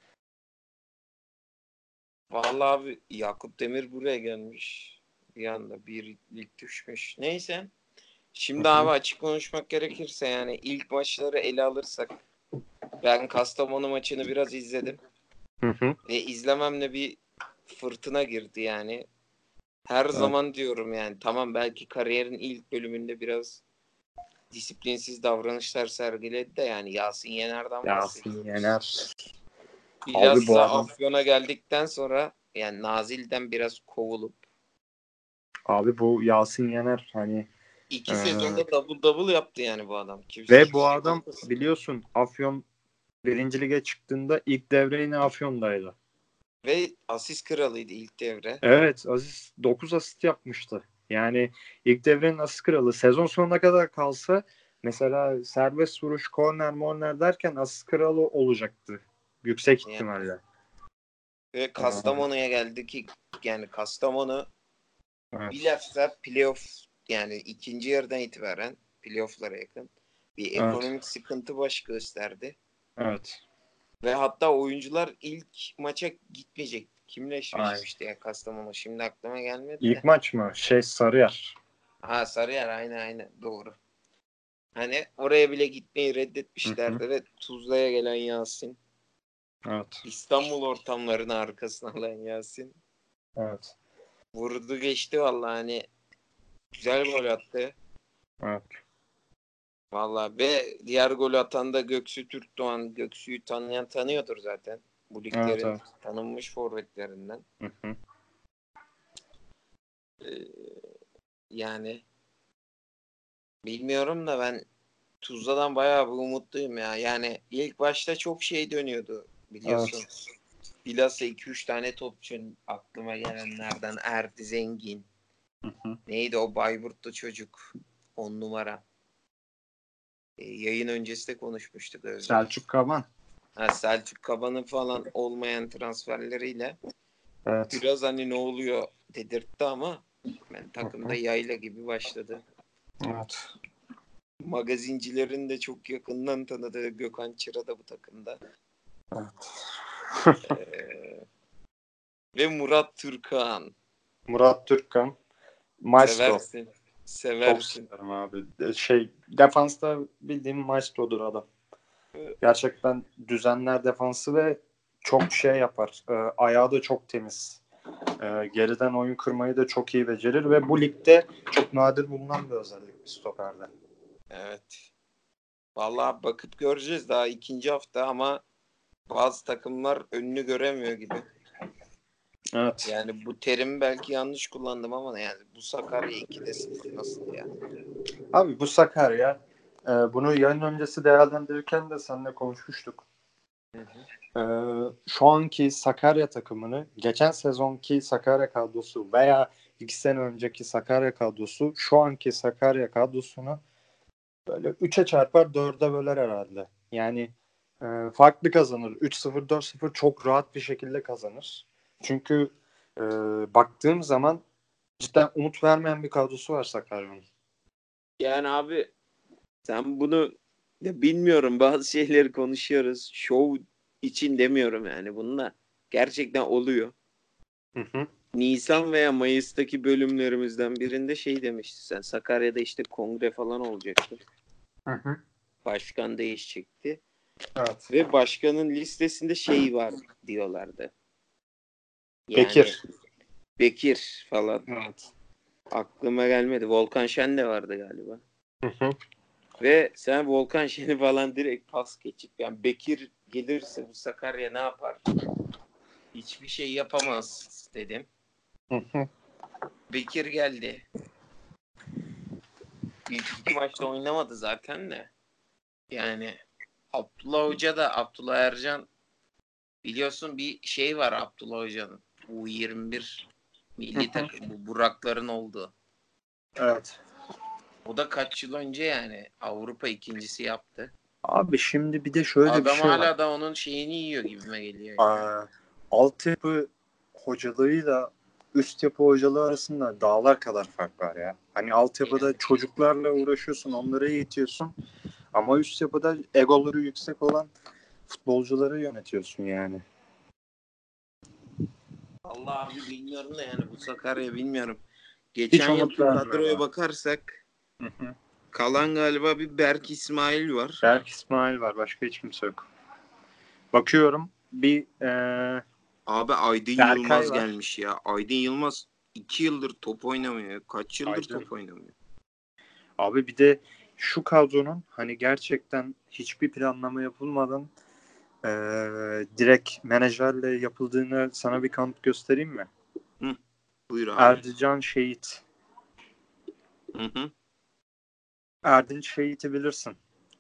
[SPEAKER 1] Vallahi abi Yakup Demir buraya gelmiş. Bir anda bir lig düşmüş. Neyse. Şimdi
[SPEAKER 2] Hı hı.
[SPEAKER 1] abi açık konuşmak gerekirse yani ilk maçları ele alırsak ben Kastamonu maçını biraz izledim.
[SPEAKER 2] Hı hı.
[SPEAKER 1] Ve izlememle bir fırtına girdi yani. Her
[SPEAKER 2] Evet.
[SPEAKER 1] zaman diyorum yani tamam belki kariyerin ilk bölümünde biraz disiplinsiz davranışlar sergiledi de yani Yasin Yener'den
[SPEAKER 2] Yasin
[SPEAKER 1] bahsediyoruz.
[SPEAKER 2] Yener. Abi bu
[SPEAKER 1] Bilhassa
[SPEAKER 2] adam.
[SPEAKER 1] Afyon'a geldikten sonra yani Nazilli'den biraz kovulup
[SPEAKER 2] Abi bu Yasin Yener hani
[SPEAKER 1] 2 sezonda double double yaptı yani bu adam. Kimse
[SPEAKER 2] ve
[SPEAKER 1] hiçbir
[SPEAKER 2] bu
[SPEAKER 1] şey
[SPEAKER 2] adam
[SPEAKER 1] yapamaz.
[SPEAKER 2] biliyorsun Afyon birinci lige çıktığında ilk devre yine Afyon'daydı.
[SPEAKER 1] Ve asist kralıydı ilk devre.
[SPEAKER 2] Evet, 9 asist yapmıştı. Yani ilk devrenin asist kralı. Sezon sonuna kadar kalsa mesela serbest vuruş, korner, morner derken asist kralı olacaktı. Yüksek
[SPEAKER 1] Yani
[SPEAKER 2] ihtimalle.
[SPEAKER 1] ve
[SPEAKER 2] Aa,
[SPEAKER 1] Kastamonu'ya geldi ki yani Kastamonu
[SPEAKER 2] evet.
[SPEAKER 1] bilhassa playoff yani ikinci yarıdan itibaren playoff'lara yakın bir
[SPEAKER 2] Evet.
[SPEAKER 1] ekonomik sıkıntı baş gösterdi.
[SPEAKER 2] Evet.
[SPEAKER 1] Ve hatta oyuncular ilk maça gitmeyecek. Kimle
[SPEAKER 2] Aynen.
[SPEAKER 1] eşleşmişti ya Kastamonu? Şimdi aklıma gelmedi
[SPEAKER 2] İlk
[SPEAKER 1] de.
[SPEAKER 2] maç mı? Sarıyer.
[SPEAKER 1] Ha Sarıyer aynen doğru. Hani oraya bile gitmeyi
[SPEAKER 2] Hı hı.
[SPEAKER 1] reddetmişlerdi ve Tuzla'ya gelen Yasin.
[SPEAKER 2] Evet.
[SPEAKER 1] İstanbul ortamlarını arkasına alan Yasin.
[SPEAKER 2] Evet.
[SPEAKER 1] Vurdu geçti vallahi hani güzel gol attı.
[SPEAKER 2] Evet.
[SPEAKER 1] Vallahi ve diğer golü atan da Göksu Türkdoğan. Göksu'yu tanıyan tanıyordur zaten. Bu
[SPEAKER 2] Evet.
[SPEAKER 1] liglerin
[SPEAKER 2] Evet.
[SPEAKER 1] tanınmış forvetlerinden.
[SPEAKER 2] Hı hı.
[SPEAKER 1] Ee, yani bilmiyorum da ben Tuzla'dan bayağı bir umutluyum ya. Yani ilk başta çok şey dönüyordu biliyorsun.
[SPEAKER 2] Evet.
[SPEAKER 1] Bilhassa 2-3 tane topçu aklıma gelenlerden Erdi Zengin, Neydi o Bayburtlu çocuk? 10 numara. Yayın öncesi de konuşmuştuk öyle.
[SPEAKER 2] Selçuk Kaban.
[SPEAKER 1] Selçuk Kaban'ın falan olmayan transferleriyle
[SPEAKER 2] Evet.
[SPEAKER 1] biraz hani ne oluyor dedirtti ama takımda yayla gibi başladı.
[SPEAKER 2] Evet.
[SPEAKER 1] Magazincilerin de çok yakından tanıdığı Gökhan Çıra da bu takımda.
[SPEAKER 2] Evet.
[SPEAKER 1] Ve Murat Türkan.
[SPEAKER 2] Murat Türkan. Maestro.
[SPEAKER 1] Seversin.
[SPEAKER 2] Çok severim abi. Defansta bildiğim maestrodur adam. Gerçekten düzenler defansı ve çok şey yapar. Ayağı da çok temiz. Geriden oyun kırmayı da çok iyi becerir ve bu ligde çok nadir bulunan bir özellik bir stoperde.
[SPEAKER 1] Evet. Vallahi bakıp göreceğiz daha ikinci hafta ama bazı takımlar önünü göremiyor gibi.
[SPEAKER 2] Evet.
[SPEAKER 1] Yani bu terimi belki yanlış kullandım ama yani bu Sakarya 2'de 0 nasıl ya?
[SPEAKER 2] Abi bu Sakarya bunu yayın öncesi değerlendirirken de seninle konuşmuştuk. Şu anki Sakarya takımını geçen sezonki Sakarya kadrosu veya 2 sene önceki Sakarya kadrosu şu anki Sakarya kadrosunu böyle 3'e çarpar 4'e böler herhalde. Yani farklı kazanır. 3-0 4-0 çok rahat bir şekilde kazanır. Çünkü baktığım zaman cidden umut vermeyen bir kadrosu var Sakarya'nın.
[SPEAKER 1] Yani abi sen bunu ya bilmiyorum bazı şeyleri konuşuyoruz. Şov için demiyorum yani bunlar. Gerçekten oluyor.
[SPEAKER 2] Hı hı.
[SPEAKER 1] Nisan veya Mayıs'taki bölümlerimizden birinde şey demiştin sen. Sakarya'da işte kongre falan olacaktı.
[SPEAKER 2] Hı hı.
[SPEAKER 1] Başkan değişecekti.
[SPEAKER 2] Evet.
[SPEAKER 1] Ve başkanın listesinde şey var diyorlardı. Yani
[SPEAKER 2] Bekir.
[SPEAKER 1] Bekir falan.
[SPEAKER 2] Evet.
[SPEAKER 1] Aklıma gelmedi. Volkan Şen de vardı galiba.
[SPEAKER 2] Hı hı.
[SPEAKER 1] Ve sen Volkan Şen'i falan direkt pas geçip yani Bekir gelirse bu Sakarya ne yapar? Hiçbir şey yapamaz dedim.
[SPEAKER 2] Hı hı.
[SPEAKER 1] Bekir geldi. İlk iki maçta oynamadı zaten de. Yani Abdullah Ercan biliyorsun bir şey var Abdullah Hoca'nın. U21 milli takım bu Burakların olduğu.
[SPEAKER 2] Evet.
[SPEAKER 1] O da kaç yıl önce yani Avrupa ikincisi yaptı.
[SPEAKER 2] Abi şimdi bir de şöyle bir
[SPEAKER 1] Adam
[SPEAKER 2] şey var.
[SPEAKER 1] hala da onun şeyini yiyor gibime geliyor. Yani.
[SPEAKER 2] Altyapı hocalığıyla üst yapı hocalığı arasında dağlar kadar fark var ya. Hani altyapıda
[SPEAKER 1] Yani.
[SPEAKER 2] çocuklarla uğraşıyorsun, onları eğitiyorsun. Ama üst yapıda egoları yüksek olan futbolcuları yönetiyorsun yani.
[SPEAKER 1] Allah abi bilmiyorum da yani bu Sakarya bilmiyorum.
[SPEAKER 2] Hiç
[SPEAKER 1] Geçen
[SPEAKER 2] umut
[SPEAKER 1] yılki
[SPEAKER 2] vermiyor
[SPEAKER 1] kadroya
[SPEAKER 2] bana.
[SPEAKER 1] bakarsak kalan galiba bir Berk İsmail var.
[SPEAKER 2] Berk İsmail var. Başka hiç kimse yok. Bakıyorum bir
[SPEAKER 1] Abi Aydın
[SPEAKER 2] Berkay
[SPEAKER 1] Yılmaz
[SPEAKER 2] var.
[SPEAKER 1] gelmiş ya. Aydın Yılmaz 2 yıldır top oynamıyor. Kaç yıldır
[SPEAKER 2] Aydın.
[SPEAKER 1] top oynamıyor?
[SPEAKER 2] Abi bir de şu kadronun hani gerçekten hiçbir planlama yapılmadan direkt menajerle yapıldığını sana bir kanıt göstereyim mi?
[SPEAKER 1] Hı, buyur abi.
[SPEAKER 2] Erdican Şehit.
[SPEAKER 1] Hı hı.
[SPEAKER 2] Erdinç Şehit'i bilirsin.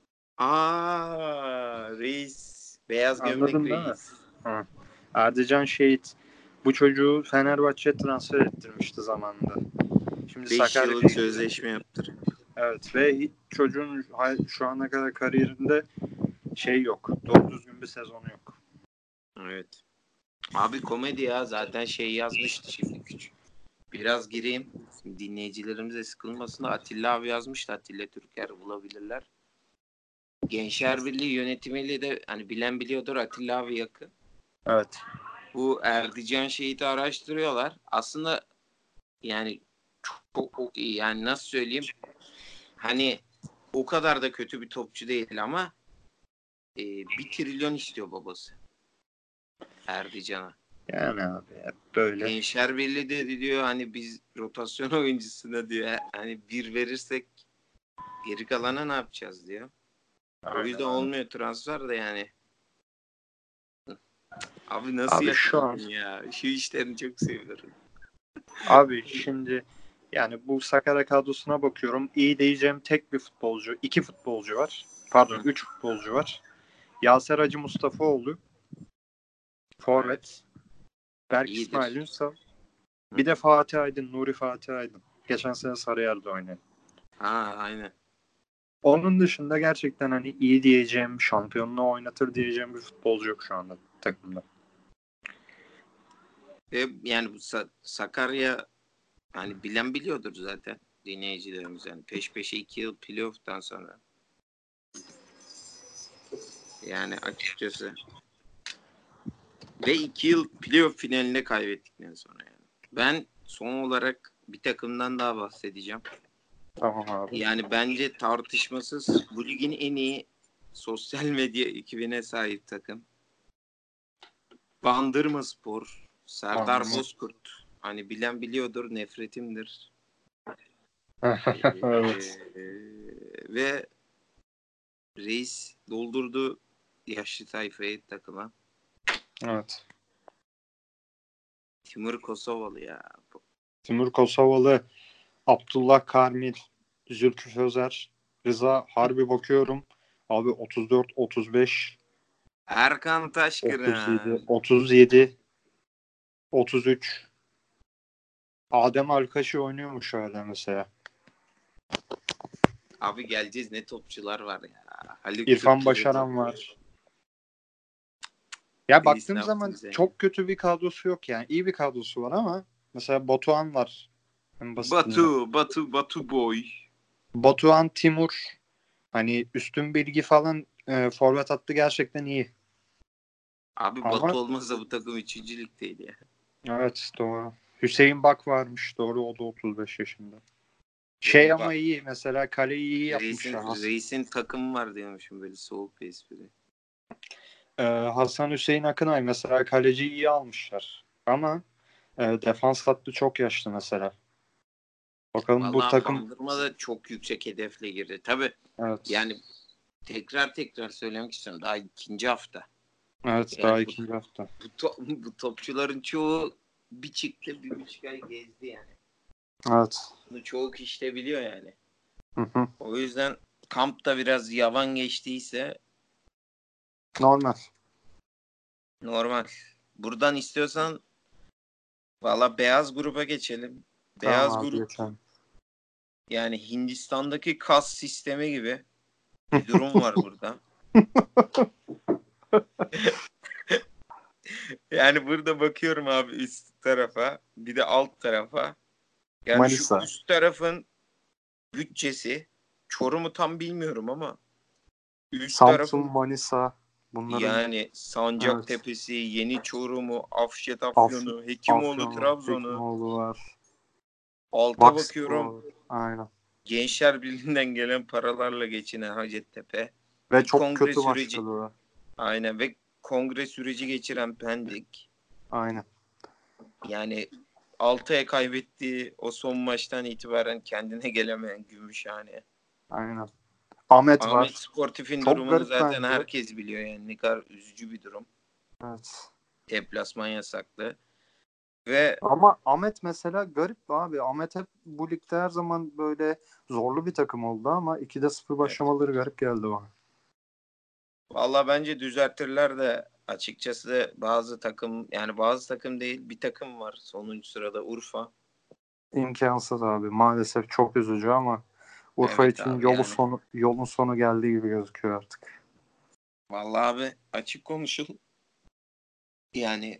[SPEAKER 1] Reis. Beyaz gömlek
[SPEAKER 2] Anladın değil mi?
[SPEAKER 1] reis.
[SPEAKER 2] Hı. Erdican Şehit. Bu çocuğu Fenerbahçe transfer ettirmişti zamanında. Şimdi
[SPEAKER 1] 5
[SPEAKER 2] Sakarya'ya
[SPEAKER 1] yıllık
[SPEAKER 2] gidiyor.
[SPEAKER 1] sözleşme yaptırıyor.
[SPEAKER 2] Evet ve çocuğun şu ana kadar kariyerinde şey yok. Doğru düzgün bir sezonu yok.
[SPEAKER 1] Evet. Abi komedi ya zaten şey yazmıştı şimdi küçük. Biraz gireyim. Şimdi dinleyicilerimize sıkılmasın da Atilla abi yazmıştı. Atilla Türker bulabilirler. Gençler Birliği yönetimiyle de hani bilen biliyordur Atilla abi yakın.
[SPEAKER 2] Evet.
[SPEAKER 1] Bu Erdican Şehit'i araştırıyorlar. Aslında yani çok iyi. Yani nasıl söyleyeyim? Hani o kadar da kötü bir topçu değil ama 1 trilyon istiyor babası Erdican'a.
[SPEAKER 2] Yani abi hep böyle.
[SPEAKER 1] Gençler Birliği de diyor hani biz rotasyon oyuncusuna diyor hani bir verirsek geri kalana ne yapacağız diyor. O yüzden
[SPEAKER 2] Aynen.
[SPEAKER 1] olmuyor transfer de yani. Abi nasıl
[SPEAKER 2] Abi şu an
[SPEAKER 1] yakaladın ya? Şu işlerini çok seviyorum.
[SPEAKER 2] abi şimdi yani bu Sakarya kadrosuna bakıyorum. İyi diyeceğim tek bir futbolcu, iki futbolcu var. Pardon, üç futbolcu var. Yaser Hacı Mustafaoğlu,
[SPEAKER 1] Evet.
[SPEAKER 2] forvet. Berk İsmail
[SPEAKER 1] İyidir.
[SPEAKER 2] Ünsal. Bir de Fatih Aydın, Nuri Fatih Aydın. Geçen sene Sarıyer'de oynadı.
[SPEAKER 1] Ha aynen.
[SPEAKER 2] Onun dışında gerçekten hani iyi diyeceğim, şampiyonluğu oynatır diyeceğim bir futbolcu yok şu anda takımda.
[SPEAKER 1] Ve yani bu Sakarya hani bilen biliyordur zaten dinleyicilerimiz, yani peş peşe 2 yıl playoff'tan sonra. Yani açıkçası. Ve 2 yıl playoff finalinde kaybettikten sonra yani. Ben son olarak bir takımdan daha bahsedeceğim.
[SPEAKER 2] Tamam abi.
[SPEAKER 1] Yani bence tartışmasız bu ligin en iyi sosyal medya ekibine sahip takım. Bandırmaspor, Serdar
[SPEAKER 2] Anladım.
[SPEAKER 1] Bozkurt. Hani bilen biliyordur, nefretimdir.
[SPEAKER 2] Evet.
[SPEAKER 1] Ve reis doldurdu yaşlı tayfayı takıma.
[SPEAKER 2] Evet.
[SPEAKER 1] Timur Kosovalı ya.
[SPEAKER 2] Timur Kosovalı, Abdullah Karmil, Zülküf Özer, Rıza Harbi bakıyorum. Abi 34, 35,
[SPEAKER 1] Erkan
[SPEAKER 2] 37,
[SPEAKER 1] Taşkıran.
[SPEAKER 2] 37, 33. Adem Alkaşı oynuyormuş öyle mesela.
[SPEAKER 1] Abi geleceğiz, ne topçular var ya. Haluk
[SPEAKER 2] İrfan
[SPEAKER 1] Türkçü'de
[SPEAKER 2] Başaran
[SPEAKER 1] top.
[SPEAKER 2] var. Ya
[SPEAKER 1] Reis ne
[SPEAKER 2] baktığım
[SPEAKER 1] yaptı
[SPEAKER 2] zaman
[SPEAKER 1] bize ya?
[SPEAKER 2] çok kötü bir kadrosu yok yani. İyi bir kadrosu var ama mesela Batuhan var. En basitinden.
[SPEAKER 1] Batu boy.
[SPEAKER 2] Batuhan, Timur, hani üstün bilgi falan, forvet hattı gerçekten iyi.
[SPEAKER 1] Abi
[SPEAKER 2] Ama
[SPEAKER 1] Batu olmazsa bu takım 3. ligdeydi ya.
[SPEAKER 2] evet, doğru. Hüseyin Bak varmış, doğru, o da 35 yaşında.
[SPEAKER 1] Yo,
[SPEAKER 2] Ama iyi mesela, kaleyi iyi yapmışlar.
[SPEAKER 1] Reis'in takımı var diyormuşum, böyle soğuk bir espri.
[SPEAKER 2] Hasan Hüseyin Akınay mesela, kaleci iyi almışlar. Ama defans hattı çok yaşlı mesela. Bakalım bu
[SPEAKER 1] Vallahi
[SPEAKER 2] takım,
[SPEAKER 1] Bandırma da çok yüksek hedefle girdi. Tabii
[SPEAKER 2] evet.
[SPEAKER 1] yani tekrar söylemek istiyorum. Daha 2. hafta.
[SPEAKER 2] Evet, daha
[SPEAKER 1] Yani
[SPEAKER 2] ikinci hafta.
[SPEAKER 1] bu topçuların çoğu bir çıktı, 1,5 ay gezdi yani.
[SPEAKER 2] Evet.
[SPEAKER 1] Bunu çoğu kişi de biliyor yani.
[SPEAKER 2] Hı hı.
[SPEAKER 1] O yüzden kampta biraz yavan geçtiyse
[SPEAKER 2] Normal.
[SPEAKER 1] normal. Buradan istiyorsan valla beyaz gruba geçelim.
[SPEAKER 2] Tamam
[SPEAKER 1] Beyaz
[SPEAKER 2] abi,
[SPEAKER 1] grup
[SPEAKER 2] geçelim.
[SPEAKER 1] yani Hindistan'daki kas sistemi gibi bir durum var burada. Yani burada bakıyorum abi üst tarafa, bir de alt tarafa. Yani şu
[SPEAKER 2] Manisa.
[SPEAKER 1] üst tarafın bütçesi, Çorum'u tam bilmiyorum ama üst
[SPEAKER 2] Samsun,
[SPEAKER 1] tarafın
[SPEAKER 2] Manisa. Bunların,
[SPEAKER 1] yani
[SPEAKER 2] evet.
[SPEAKER 1] Sancaktepe'si, Yeni Çorum'u, Afşet
[SPEAKER 2] Af
[SPEAKER 1] Afyon'u, Hekimoğlu
[SPEAKER 2] Afyon var.
[SPEAKER 1] Trabzon'u,
[SPEAKER 2] Hekimoğlu var.
[SPEAKER 1] alta bakıyorum
[SPEAKER 2] Vakıfspor. Aynen.
[SPEAKER 1] Gençler Birliği'nden gelen paralarla geçinen Hacettepe,
[SPEAKER 2] Ve
[SPEAKER 1] bir
[SPEAKER 2] çok
[SPEAKER 1] kongre
[SPEAKER 2] kötü
[SPEAKER 1] süreci,
[SPEAKER 2] başladı.
[SPEAKER 1] aynen, ve kongre süreci geçiren Pendik.
[SPEAKER 2] Aynen.
[SPEAKER 1] Yani 6 ay kaybettiği o son maçtan itibaren kendine gelemeyen Gümüşhane.
[SPEAKER 2] Aynen. Ahmet
[SPEAKER 1] Ahmet
[SPEAKER 2] var.
[SPEAKER 1] Sportif'in
[SPEAKER 2] Çok
[SPEAKER 1] durumunu
[SPEAKER 2] garip
[SPEAKER 1] zaten
[SPEAKER 2] bence.
[SPEAKER 1] herkes biliyor yani, ne kadar üzücü bir durum.
[SPEAKER 2] Evet.
[SPEAKER 1] Deplasman yasaklı. Ve
[SPEAKER 2] Ama Ahmet mesela garip abi. Ahmet hep bu ligde her zaman böyle zorlu bir takım oldu ama 2'de 0
[SPEAKER 1] evet,
[SPEAKER 2] başlamaları garip geldi bana.
[SPEAKER 1] valla bence düzeltirler de açıkçası bazı takım, yani bazı takım değil, bir takım var sonuncu sırada, Urfa.
[SPEAKER 2] İmkansız abi. Maalesef çok üzücü ama Urfa
[SPEAKER 1] Evet
[SPEAKER 2] için
[SPEAKER 1] abi yani.
[SPEAKER 2] yolun sonu geldiği gibi gözüküyor artık.
[SPEAKER 1] Vallahi abi açık konuşul. Yani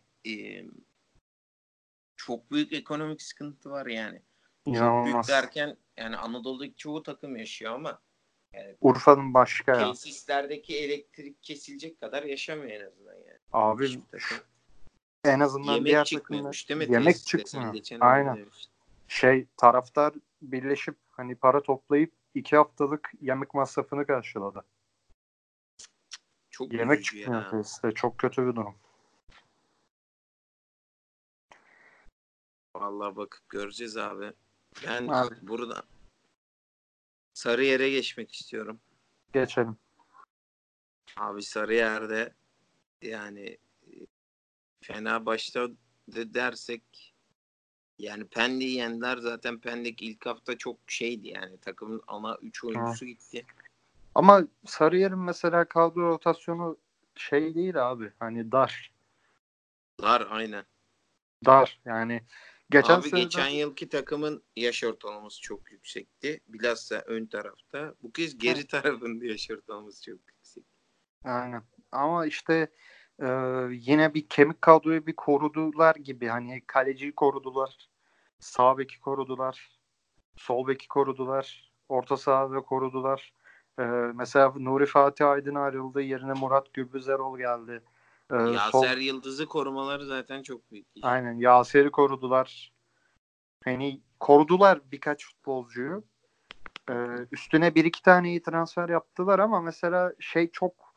[SPEAKER 1] çok büyük ekonomik sıkıntı var yani. Çok büyük
[SPEAKER 2] İnanılmaz.
[SPEAKER 1] derken yani Anadolu'daki çoğu takım yaşıyor ama yani
[SPEAKER 2] Urfa'nın başka ya.
[SPEAKER 1] tesislerdeki elektrik kesilecek kadar yaşamıyor en azından yani.
[SPEAKER 2] Abi
[SPEAKER 1] Hiçbir takım.
[SPEAKER 2] en azından
[SPEAKER 1] Yemek
[SPEAKER 2] diğer takımlar
[SPEAKER 1] çıkmıyormuş değil mi
[SPEAKER 2] yemek
[SPEAKER 1] tesiste? Sen
[SPEAKER 2] çıkmıyor.
[SPEAKER 1] geçen öyle
[SPEAKER 2] Aynen.
[SPEAKER 1] demiştin.
[SPEAKER 2] Taraftar birleşip hani para toplayıp 2 haftalık yemek masrafını karşıladı.
[SPEAKER 1] Çok
[SPEAKER 2] Yemek
[SPEAKER 1] üzücü
[SPEAKER 2] çıkmıyor
[SPEAKER 1] ya.
[SPEAKER 2] tesiste. Çok kötü bir durum.
[SPEAKER 1] Vallahi bakıp göreceğiz abi. Ben
[SPEAKER 2] Abi
[SPEAKER 1] burada Sarıyer'e geçmek istiyorum.
[SPEAKER 2] geçelim.
[SPEAKER 1] Abi Sarıyer'de yani fena başladı dersek, yani Pendik'i yendiler. Zaten Pendik ilk hafta çok şeydi yani. Takımın ana 3
[SPEAKER 2] Hı.
[SPEAKER 1] oyuncusu gitti.
[SPEAKER 2] Ama Sarıyer'in mesela kadro rotasyonu değil abi. Hani dar.
[SPEAKER 1] Dar aynen.
[SPEAKER 2] Dar. Yani
[SPEAKER 1] Abi geçen yılki takımın yaş ortalaması çok yüksekti. Bilhassa ön tarafta. Bu kez geri tarafında yaş ortalaması çok yüksek.
[SPEAKER 2] Aynen. Ama işte yine bir kemik kadroyu bir korudular gibi. Hani kaleciyi korudular. Sağ beki korudular. Sol beki korudular. Orta sahada korudular. Mesela Nuri Fatih Aydın ayrıldı. Yerine Murat Gürbüzerol geldi.
[SPEAKER 1] Yaser Yıldız'ı korumaları zaten çok büyük iş.
[SPEAKER 2] Aynen. Yaser'i korudular. Hani korudular birkaç futbolcuyu. Üstüne bir iki tane iyi transfer yaptılar ama mesela şey çok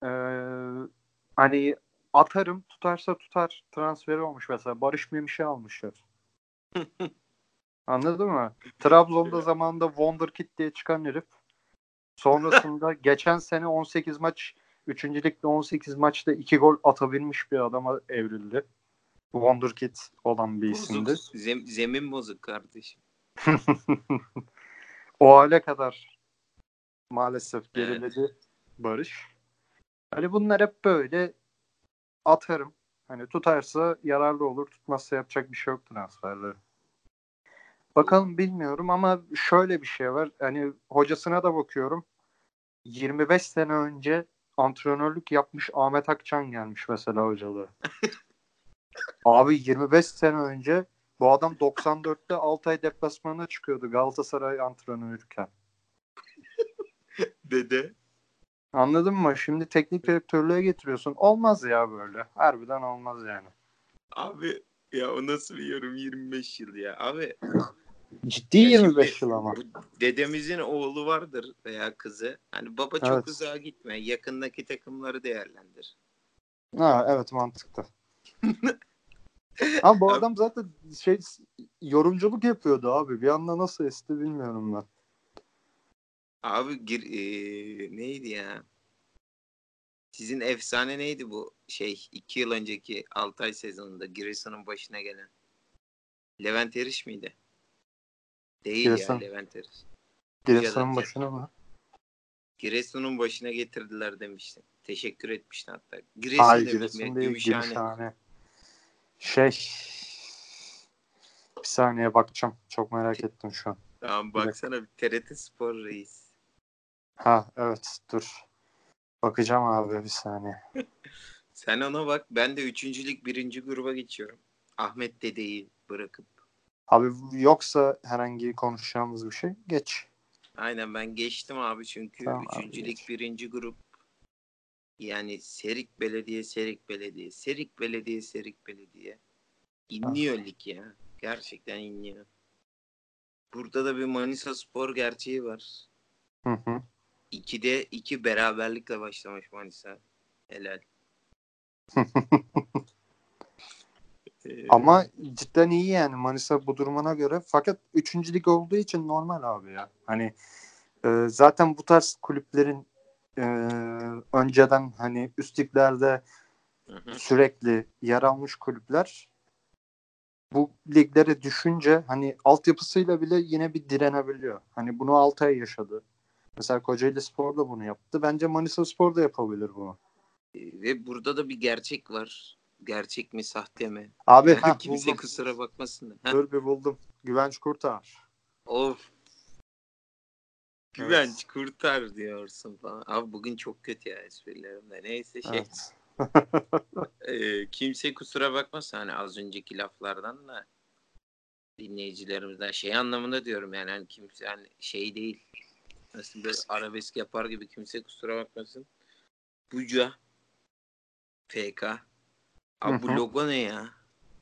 [SPEAKER 2] hani atarım tutarsa tutar transferi olmuş mesela. Barış Memiş'i almışlar. Anladın mı? Trabzon'da zamanında Wonderkid diye çıkan herif. Sonrasında geçen sene 18 maç 3. Lig'de 18 maçta 2 gol atabilmiş bir adama evrildi. Wonderkid olan bir isimdi.
[SPEAKER 1] Zemin bozuk kardeşim.
[SPEAKER 2] O hale kadar maalesef geriledi Barış. Hani bunlar hep böyle atarım. Hani tutarsa yararlı olur, tutmazsa yapacak bir şey yok transferleri. Bakalım bilmiyorum ama şöyle bir şey var. Hani hocasına da bakıyorum. 25 sene önce antrenörlük yapmış Ahmet Akçan gelmiş mesela hocalığı. Abi 25 sene önce bu adam 94'te Altay deplasmanına çıkıyordu Galatasaray antrenörüyken.
[SPEAKER 1] Dede.
[SPEAKER 2] Anladın mı? Şimdi teknik direktörlüğe getiriyorsun. Olmaz ya böyle. Harbiden olmaz yani.
[SPEAKER 1] Abi ya o nasıl bir yorum 25 yıl ya. Abi
[SPEAKER 2] Ciddi 25 yıl ama.
[SPEAKER 1] Bu dedemizin oğlu vardır veya kızı. Hani baba çok uzağa gitme. Yakındaki takımları değerlendir.
[SPEAKER 2] Ha, evet mantıklı. Ama bu adam zaten yorumculuk yapıyordu abi. Bir anda nasıl esti bilmiyorum ben.
[SPEAKER 1] Abi neydi ya? Sizin efsane neydi bu 2 yıl önceki Altay sezonunda Giresun'un başına gelen? Levent Eriş miydi? Değil ya Levent Eriş.
[SPEAKER 2] Giresun'un başına mı?
[SPEAKER 1] Giresun'un başına getirdiler demiştin. Teşekkür etmiştin hatta.
[SPEAKER 2] Hayır
[SPEAKER 1] demiştim ya,
[SPEAKER 2] Giresun değil
[SPEAKER 1] Gümüşhane.
[SPEAKER 2] Gümüşhane. Bir saniye bakacağım. Çok merak ettim şu an.
[SPEAKER 1] Tamam baksana bir TRT Spor Reis.
[SPEAKER 2] Ha evet dur. Bakacağım abi bir saniye.
[SPEAKER 1] Sen ona bak. Ben de 3. Lig 1. gruba geçiyorum. Ahmet Dede'yi bırakıp.
[SPEAKER 2] Abi yoksa herhangi konuşacağımız bir şey geç.
[SPEAKER 1] Aynen ben geçtim abi çünkü
[SPEAKER 2] Tamam
[SPEAKER 1] 3.
[SPEAKER 2] abi,
[SPEAKER 1] Lig
[SPEAKER 2] geç.
[SPEAKER 1] 1. grup. Yani Serik Belediye, Serik Belediye, Serik Belediye, Serik Belediye. İnliyor lig ya. Gerçekten inliyor. Burada da bir Manisa Spor gerçeği var.
[SPEAKER 2] Hı hı.
[SPEAKER 1] 2'de 2 beraberlikle başlamış Manisa. Helal.
[SPEAKER 2] Ama cidden iyi yani Manisa bu durumuna göre. Fakat 3. lig olduğu için normal abi ya. Hani zaten bu tarz kulüplerin e, önceden hani üst liglerde sürekli yer almış kulüpler bu liglere düşünce hani altyapısıyla bile yine bir direnebiliyor. Hani bunu Altay yaşadı. Mesela Kocaeli Spor da bunu yaptı. Bence Manisa Spor da yapabilir bunu.
[SPEAKER 1] Ve burada da bir gerçek var. Gerçek mi sahte mi?
[SPEAKER 2] Abi
[SPEAKER 1] Kimse
[SPEAKER 2] buldum.
[SPEAKER 1] kusura bakmasın da.
[SPEAKER 2] Dur bir buldum. Güvenç Kurtar.
[SPEAKER 1] Of.
[SPEAKER 2] Evet.
[SPEAKER 1] Güvenç kurtar diyorsun falan. Abi bugün çok kötü ya esprilerimde. Neyse
[SPEAKER 2] Evet.
[SPEAKER 1] kimse kusura bakmasın hani az önceki laflardan da dinleyicilerimizden anlamında diyorum yani hani kimse hani değil. Nasıl böyle arabesk yapar gibi kimse kusura bakmasın. Buca FK. Abi bu logo ne ya?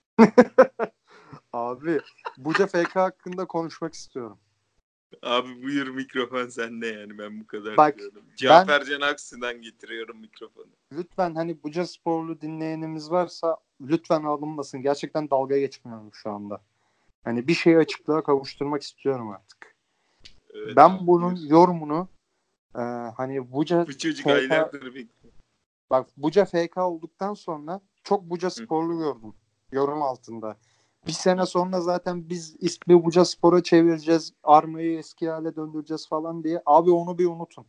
[SPEAKER 2] Abi Buca FK hakkında konuşmak istiyorum.
[SPEAKER 1] Abi buyur mikrofon sende yani ben bu kadar
[SPEAKER 2] Bak,
[SPEAKER 1] diyorum. Cafer Can Aksu'dan getiriyorum mikrofonu.
[SPEAKER 2] Lütfen hani Buca Sporlu dinleyenimiz varsa lütfen alınmasın. Gerçekten dalga geçmiyorum şu anda. Hani bir şeyi açıklığa kavuşturmak istiyorum artık.
[SPEAKER 1] Evet,
[SPEAKER 2] Ben bunun yorumunu hani Buca
[SPEAKER 1] bu çocuk
[SPEAKER 2] FK
[SPEAKER 1] aylardır bekliyor.
[SPEAKER 2] bak Buca FK olduktan sonra çok Buca Sporlu gördüm yorum altında. Bir sene sonra zaten biz ismi Buca Spor'a çevireceğiz, armayı eski hale döndüreceğiz falan diye. Abi onu bir unutun.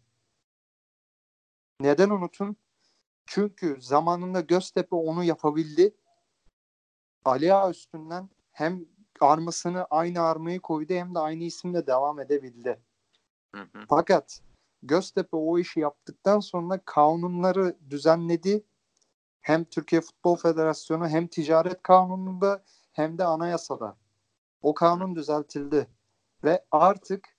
[SPEAKER 2] Neden unutun? Çünkü zamanında Göztepe onu yapabildi. Ali Ağa üstünden hem armasını aynı armayı koydu hem de aynı isimle devam edebildi. Fakat Göztepe o işi yaptıktan sonra kanunları düzenledi. Hem Türkiye Futbol Federasyonu hem ticaret kanununda hem de anayasada. O kanun düzeltildi. Ve artık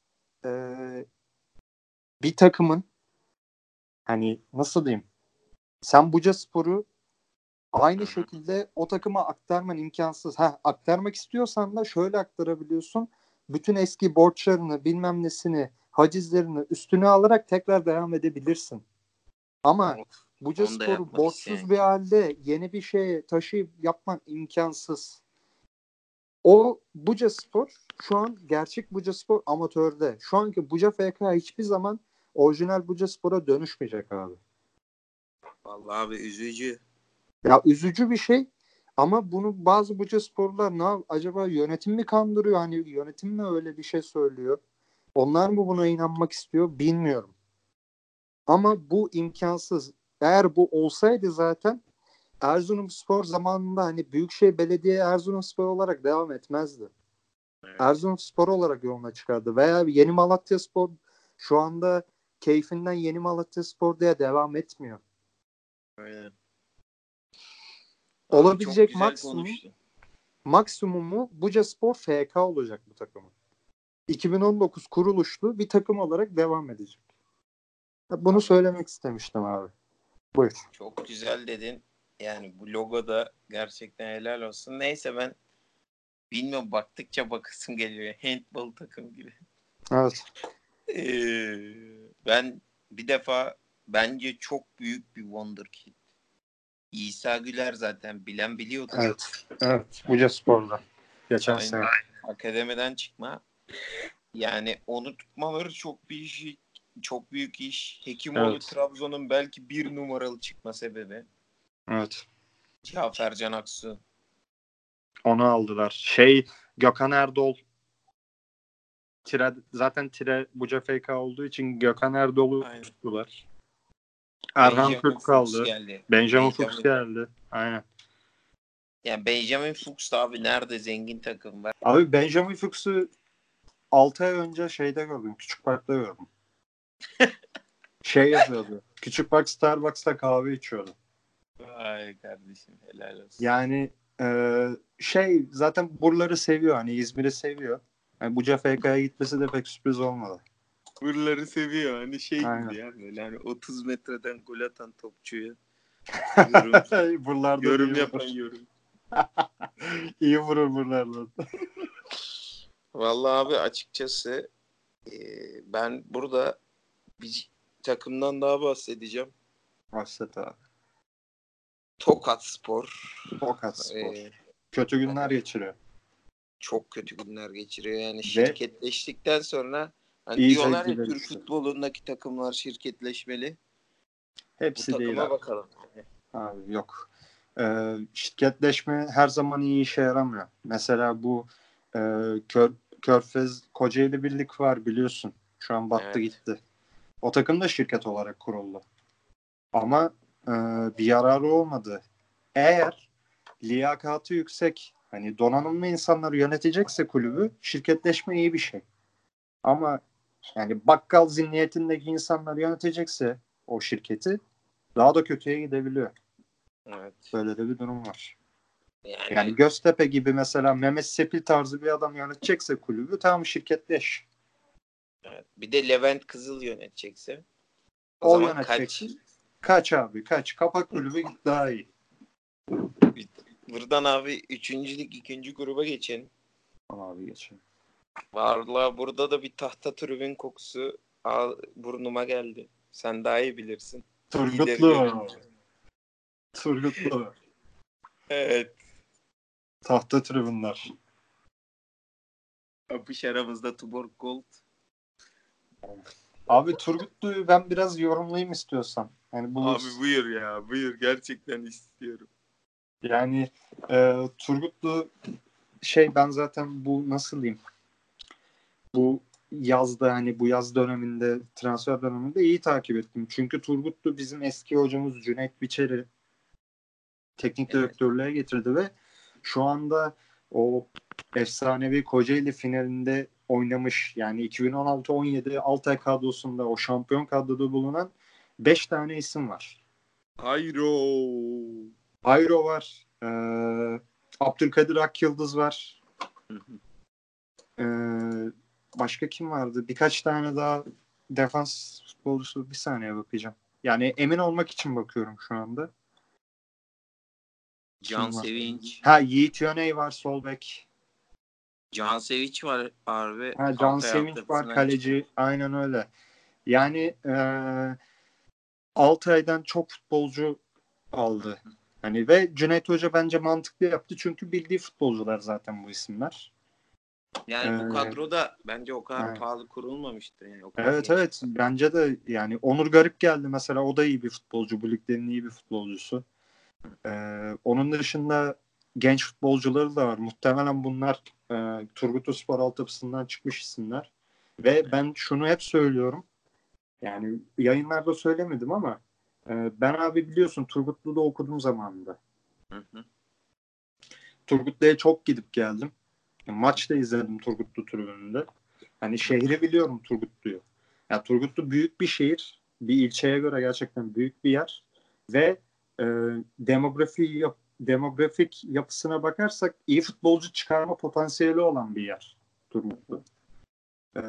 [SPEAKER 2] bir takımın hani nasıl diyeyim, sen Bucaspor'u aynı şekilde o takıma aktarman imkansız. Aktarmak istiyorsan da şöyle aktarabiliyorsun. Bütün eski borçlarını, bilmem nesini, hacizlerini üstüne alarak tekrar devam edebilirsin. Ama Bucaspor'u borçsuz bir halde yeni bir şeye taşıyıp yapman imkansız. O Bucaspor şu an gerçek Bucaspor amatörde. Şu anki Buca FK hiçbir zaman orijinal Bucaspor'a dönüşmeyecek abi.
[SPEAKER 1] Vallahi abi üzücü.
[SPEAKER 2] Ya üzücü bir şey ama bunu bazı Bucasporlar acaba yönetim mi kandırıyor? Hani yönetim mi öyle bir şey söylüyor? Onlar mı buna inanmak istiyor? Bilmiyorum. Ama bu imkansız. Eğer bu olsaydı zaten Erzurumspor zamanında hani Büyükşehir Belediye Erzurumspor olarak devam etmezdi. Evet. Erzurumspor olarak yoluna çıkardı. Veya Yeni Malatyaspor şu anda keyfinden Yeni Malatyaspor diye devam etmiyor.
[SPEAKER 1] Aynen.
[SPEAKER 2] Olabilecek maksimumu Bucaspor FK olacak bu takımın. 2019 kuruluşlu bir takım olarak devam edecek. Bunu söylemek istemiştim abi. Buyur.
[SPEAKER 1] Çok güzel dedin. Yani bu logo da gerçekten helal olsun. Neyse ben bilmiyorum, baktıkça bakasım geliyor. Handball takım gibi.
[SPEAKER 2] Evet.
[SPEAKER 1] Ben bir defa bence çok büyük bir wonderkid. İsa Güler zaten bilen biliyordu.
[SPEAKER 2] Evet. Evet. Bucaspor'da. Geçen sene.
[SPEAKER 1] Akademiden çıkma. Yani onu tutmaları çok büyük iş. Hekimoğlu evet. Trabzon'un belki 1 numaralı çıkma sebebi.
[SPEAKER 2] Evet.
[SPEAKER 1] Cafer Can Aksu.
[SPEAKER 2] Onu aldılar. Gökhan Erdol zaten Buca FK olduğu için Gökhan Erdol'u tuttular. Erhan Kurt kaldı. Benjamin Fuchs geldi. Aynen.
[SPEAKER 1] Yani Benjamin Fuchs da abi nerede zengin takım var.
[SPEAKER 2] Abi Benjamin Fuchs'u 6 ay önce şeyde gördüm. Küçük Park'ta gördüm. Yazıyordu. Küçük Park Starbucks'ta kahve içiyordu.
[SPEAKER 1] Vay kardeşim helal olsun.
[SPEAKER 2] Yani zaten buraları seviyor. Hani İzmir'i seviyor. Yani Buca FK'ya gitmesi de pek sürpriz olmadı.
[SPEAKER 1] Buraları seviyor. Hani gibi ya böyle hani 30 metreden gol atan topçuyu yorum yapan yorum.
[SPEAKER 2] İyi vurur buralardan.
[SPEAKER 1] Vallahi abi açıkçası ben burada bir takımdan daha bahsedeceğim.
[SPEAKER 2] Bahset abi.
[SPEAKER 1] Tokatspor.
[SPEAKER 2] Kötü günler geçiriyor.
[SPEAKER 1] Çok kötü günler geçiriyor. Yani şirketleştikten sonra hani diyorlar ya Türk futbolundaki takımlar şirketleşmeli.
[SPEAKER 2] Hepsi
[SPEAKER 1] bu takıma
[SPEAKER 2] değil
[SPEAKER 1] bakalım.
[SPEAKER 2] Abi yok. Şirketleşme her zaman iyi işe yaramıyor. Mesela bu Körfez Kocaeli Birlik var biliyorsun. Şu an battı gitti. O takım da şirket olarak kuruldu. Ama bir yararı olmadı. Eğer liyakatı yüksek, hani donanımlı insanları yönetecekse kulübü, şirketleşme iyi bir şey. Ama yani bakkal zihniyetindeki insanlar yönetecekse o şirketi daha da kötüye gidebiliyor.
[SPEAKER 1] Evet.
[SPEAKER 2] Böyle de bir durum var. Yani Göztepe gibi mesela Mehmet Sepil tarzı bir adam yönetecekse kulübü, tamam şirketleş.
[SPEAKER 1] Evet. Bir de Levent Kızıl yönetecekse.
[SPEAKER 2] O zaman yöneteceksin. Kaç abi kaç. Kapak kulübü git daha iyi.
[SPEAKER 1] Buradan abi 3. lig 2. gruba geçelim.
[SPEAKER 2] Tamam abi geçelim.
[SPEAKER 1] Vallahi burada da bir tahta tribün kokusu burnuma geldi. Sen daha iyi bilirsin.
[SPEAKER 2] Turgutlu.
[SPEAKER 1] Evet.
[SPEAKER 2] Tahta tribünler.
[SPEAKER 1] Apış aramızda Tuborg Gold.
[SPEAKER 2] Abi Turgutlu'yu ben biraz yorumlayayım istiyorsan. Yani
[SPEAKER 1] abi buyur ya. Buyur. Gerçekten istiyorum.
[SPEAKER 2] Yani Turgutlu ben zaten bu nasıl diyeyim? Bu yazda hani bu yaz döneminde transfer döneminde iyi takip ettim. Çünkü Turgutlu bizim eski hocamız Cüneyt Biçer'i teknik direktörlüğe getirdi ve şu anda o efsanevi Kocaeli finalinde oynamış. Yani 2016-17 Altay kadrosunda o şampiyon kadroda bulunan 5 tane isim var. Hayro var. Abdülkadir Akyıldız var. Başka kim vardı? Birkaç tane daha defans futbolcusu. Bir saniye bakacağım. Yani emin olmak için bakıyorum şu anda.
[SPEAKER 1] Can Sevinç.
[SPEAKER 2] Yiğit Yöney var sol bek.
[SPEAKER 1] Can Sevinç var abi.
[SPEAKER 2] Can Sevinç var kaleci. Aynen öyle. Yani Altay'dan çok futbolcu aldı. Hani ve Cüneyt Hoca bence mantıklı yaptı çünkü bildiği futbolcular zaten bu isimler.
[SPEAKER 1] Yani bu kadroda bence o kadar pahalı kurulmamıştır. Yani o kadar
[SPEAKER 2] evet. Bence de yani Onur Garip geldi mesela. O da iyi bir futbolcu. Bu liglerin iyi bir futbolcusu. Onun dışında genç futbolcuları da var. Muhtemelen bunlar Turgut Özspor altyapısından çıkmış isimler. Ve ben şunu hep söylüyorum. Yani yayınlarda söylemedim ama ben abi biliyorsun Turgutlu'da okudum zamanında. Turgutlu'ya çok gidip geldim. Maç da izledim Turgutlu tribününde. Hani şehri biliyorum Turgutlu'yu. Ya Turgutlu büyük bir şehir. Bir ilçeye göre gerçekten büyük bir yer. Ve e, demografik yapısına bakarsak iyi futbolcu çıkarma potansiyeli olan bir yer Turgutlu. E,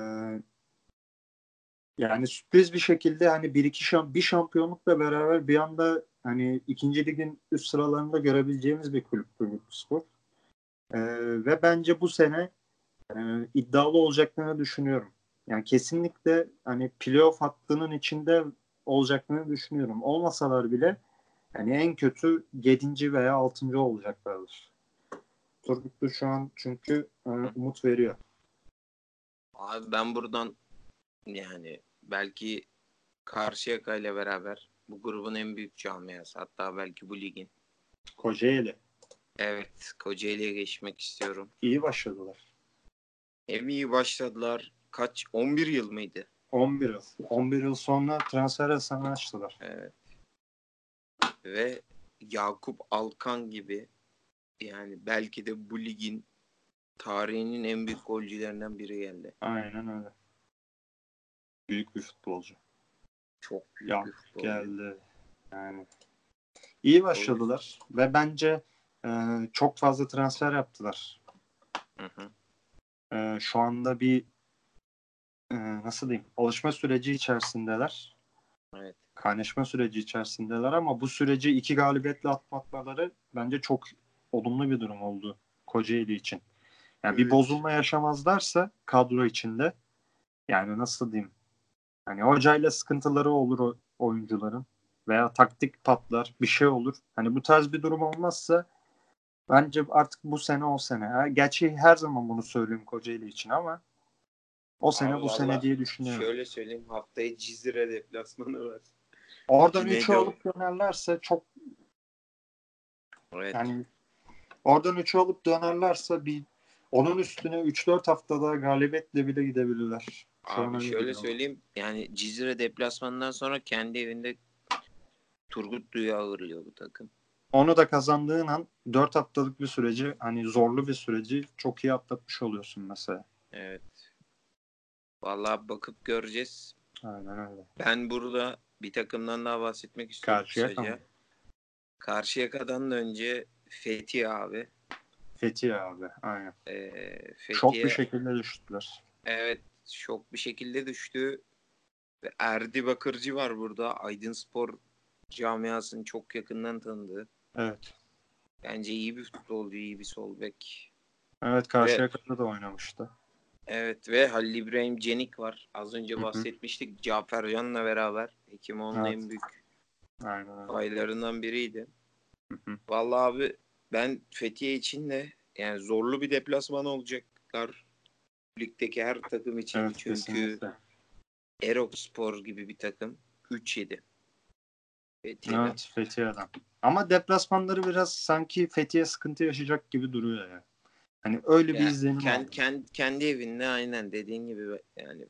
[SPEAKER 2] Yani sürpriz bir şekilde hani bir şampiyonlukla beraber bir anda hani ikinci ligin üst sıralarında görebileceğimiz bir kulüp Turgutluspor. Ve bence bu sene iddialı olacaklarını düşünüyorum. Yani kesinlikle hani playoff hattının içinde olacaklarını düşünüyorum. Olmasalar bile yani en kötü 7. veya 6. olacaklardır. Turgutlu şu an çünkü umut veriyor.
[SPEAKER 1] Abi ben buradan yani belki Karşıyaka ile beraber bu grubun en büyük camiası. Hatta belki bu ligin.
[SPEAKER 2] Kocaeli.
[SPEAKER 1] Evet. Kocaeli'ye geçmek istiyorum.
[SPEAKER 2] İyi başladılar.
[SPEAKER 1] Hem iyi başladılar. Kaç? 11 yıl mıydı?
[SPEAKER 2] 11 yıl. 11 yıl sonra transfer yasağını açtılar.
[SPEAKER 1] Evet. Ve Yakup Alkan gibi yani belki de bu ligin tarihinin en büyük golcülerinden biri geldi.
[SPEAKER 2] Aynen öyle. Büyük bir futbolcu.
[SPEAKER 1] Çok büyük bir futbolcu.
[SPEAKER 2] Geldi. Yani iyi başladılar ve bence çok fazla transfer yaptılar. Şu anda bir nasıl diyeyim alışma süreci içerisindeler.
[SPEAKER 1] Evet.
[SPEAKER 2] Kaynaşma süreci içerisindeler ama bu süreci 2 galibiyetle atlatmaları bence çok olumlu bir durum oldu Kocaeli için. Yani bir bozulma yaşamazlarsa kadro içinde yani nasıl diyeyim hani hocayla sıkıntıları olur o oyuncuların veya taktik patlar bir şey olur. Hani bu tarz bir durum olmazsa bence artık bu sene o sene. Gerçi her zaman bunu söylüyorum Kocaeli için ama o sene
[SPEAKER 1] Abi
[SPEAKER 2] bu sene diye düşünüyorum.
[SPEAKER 1] Şöyle söyleyeyim haftaya Cizre deplasmanı var.
[SPEAKER 2] Oradan 3'ü alıp dönerlerse çok yani oradan 3'ü alıp dönerlerse bir onun üstüne 3-4 haftada galibiyetle bile gidebilirler.
[SPEAKER 1] Abi şöyle söyleyeyim yani Cizre deplasmanından sonra kendi evinde Turgutlu'yu ağırlıyor bu takım.
[SPEAKER 2] Onu da kazandığın an 4 haftalık bir süreci hani zorlu bir süreci çok iyi atlatmış oluyorsun mesela.
[SPEAKER 1] Evet. Vallahi bakıp göreceğiz.
[SPEAKER 2] Aynen öyle.
[SPEAKER 1] Ben burada bir takımdan daha bahsetmek istiyorum kısaca. Karşıyaka'dan da önce Fethiye abi.
[SPEAKER 2] Fethiye abi. Aynen.
[SPEAKER 1] Fethiye,
[SPEAKER 2] şok bir şekilde düştüler.
[SPEAKER 1] Evet. Şok bir şekilde düştü. Ve Erdi Bakırcı var burada. Aydınspor camiasının çok yakından tanıdığı.
[SPEAKER 2] Evet.
[SPEAKER 1] Bence iyi bir futbolcu, iyi bir sol bek.
[SPEAKER 2] Evet Karşıyaka'da da oynamıştı.
[SPEAKER 1] Evet ve Halil İbrahim Cenik var. Az önce bahsetmiştik. Cafer Can'la beraber. Hekimoğlu'nun en büyük paylarından biriydi. Vallahi abi ben Fethiye için de yani zorlu bir deplasman olacaklar. Ligdeki her takım için.
[SPEAKER 2] Evet,
[SPEAKER 1] çünkü
[SPEAKER 2] kesinlikle.
[SPEAKER 1] Erokspor gibi bir takım. 3-7. Fethiye'den.
[SPEAKER 2] Evet Fethiye'den. Ama deplasmanları biraz sanki Fethiye sıkıntı yaşayacak gibi duruyor ya. Hani öyle bir izlenim aldım.
[SPEAKER 1] Kendi evinde aynen dediğin gibi yani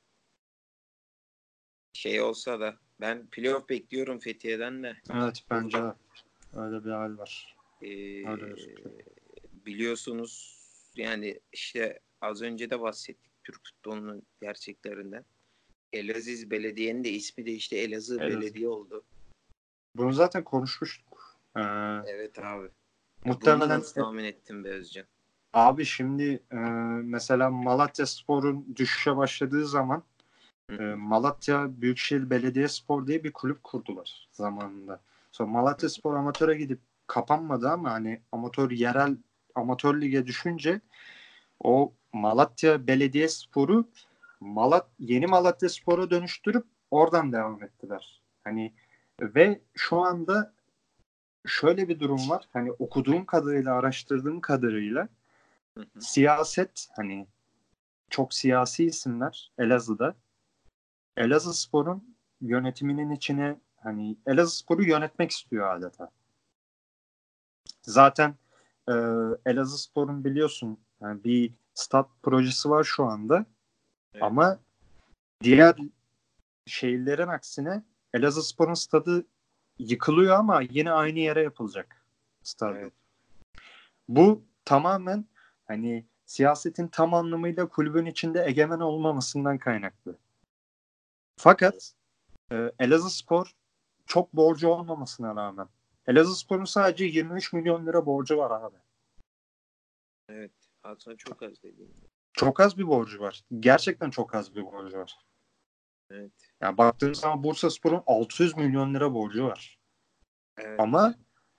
[SPEAKER 1] şey olsa da ben playoff bekliyorum Fethiye'den de.
[SPEAKER 2] Evet bence öyle bir hal var.
[SPEAKER 1] Öyle biliyorsunuz yani işte az önce de bahsettik Türk futbolunun gerçeklerinden. Elaziz Belediye'nin de ismi değişti. Elazığ
[SPEAKER 2] Elazığ.
[SPEAKER 1] Belediye oldu.
[SPEAKER 2] Bunu zaten konuşmuştuk.
[SPEAKER 1] Evet abi. Bunu da
[SPEAKER 2] Muhtemelen
[SPEAKER 1] nasıl tahmin ettin be Özcan?
[SPEAKER 2] abi şimdi mesela Malatyaspor'un düşüşe başladığı zaman Malatya Büyükşehir Belediyespor diye bir kulüp kurdular zamanında. Sonra Malatyaspor amatöre gidip kapanmadı ama hani yerel amatör lige düşünce o Malatya Belediyespor'u yeni Malatyaspor'a dönüştürüp oradan devam ettiler. Hani ve şu anda şöyle bir durum var. Hani okuduğum kadarıyla, araştırdığım kadarıyla siyaset, hani çok siyasi isimler Elazığ'da. Elazığspor'un yönetiminin içine, hani Elazığspor'u yönetmek istiyor adeta. Zaten e, Elazığspor'un biliyorsun yani bir stat projesi var şu anda.
[SPEAKER 1] Evet.
[SPEAKER 2] Ama diğer şehirlerin aksine Elazığspor'un stadı yıkılıyor ama yine aynı yere yapılacak stadyum.
[SPEAKER 1] Evet.
[SPEAKER 2] Bu tamamen hani siyasetin tam anlamıyla kulübün içinde egemen olmamasından kaynaklı. Fakat Elazığspor çok borcu olmamasına rağmen Elazığspor'un sadece 23 milyon lira borcu var abi.
[SPEAKER 1] Evet. Aslında çok az dediğim.
[SPEAKER 2] Çok az bir borcu var. Gerçekten çok az bir borcu var.
[SPEAKER 1] Evet.
[SPEAKER 2] Yani baktığımız zaman Bursaspor'un 600 milyon lira borcu var.
[SPEAKER 1] Evet.
[SPEAKER 2] Ama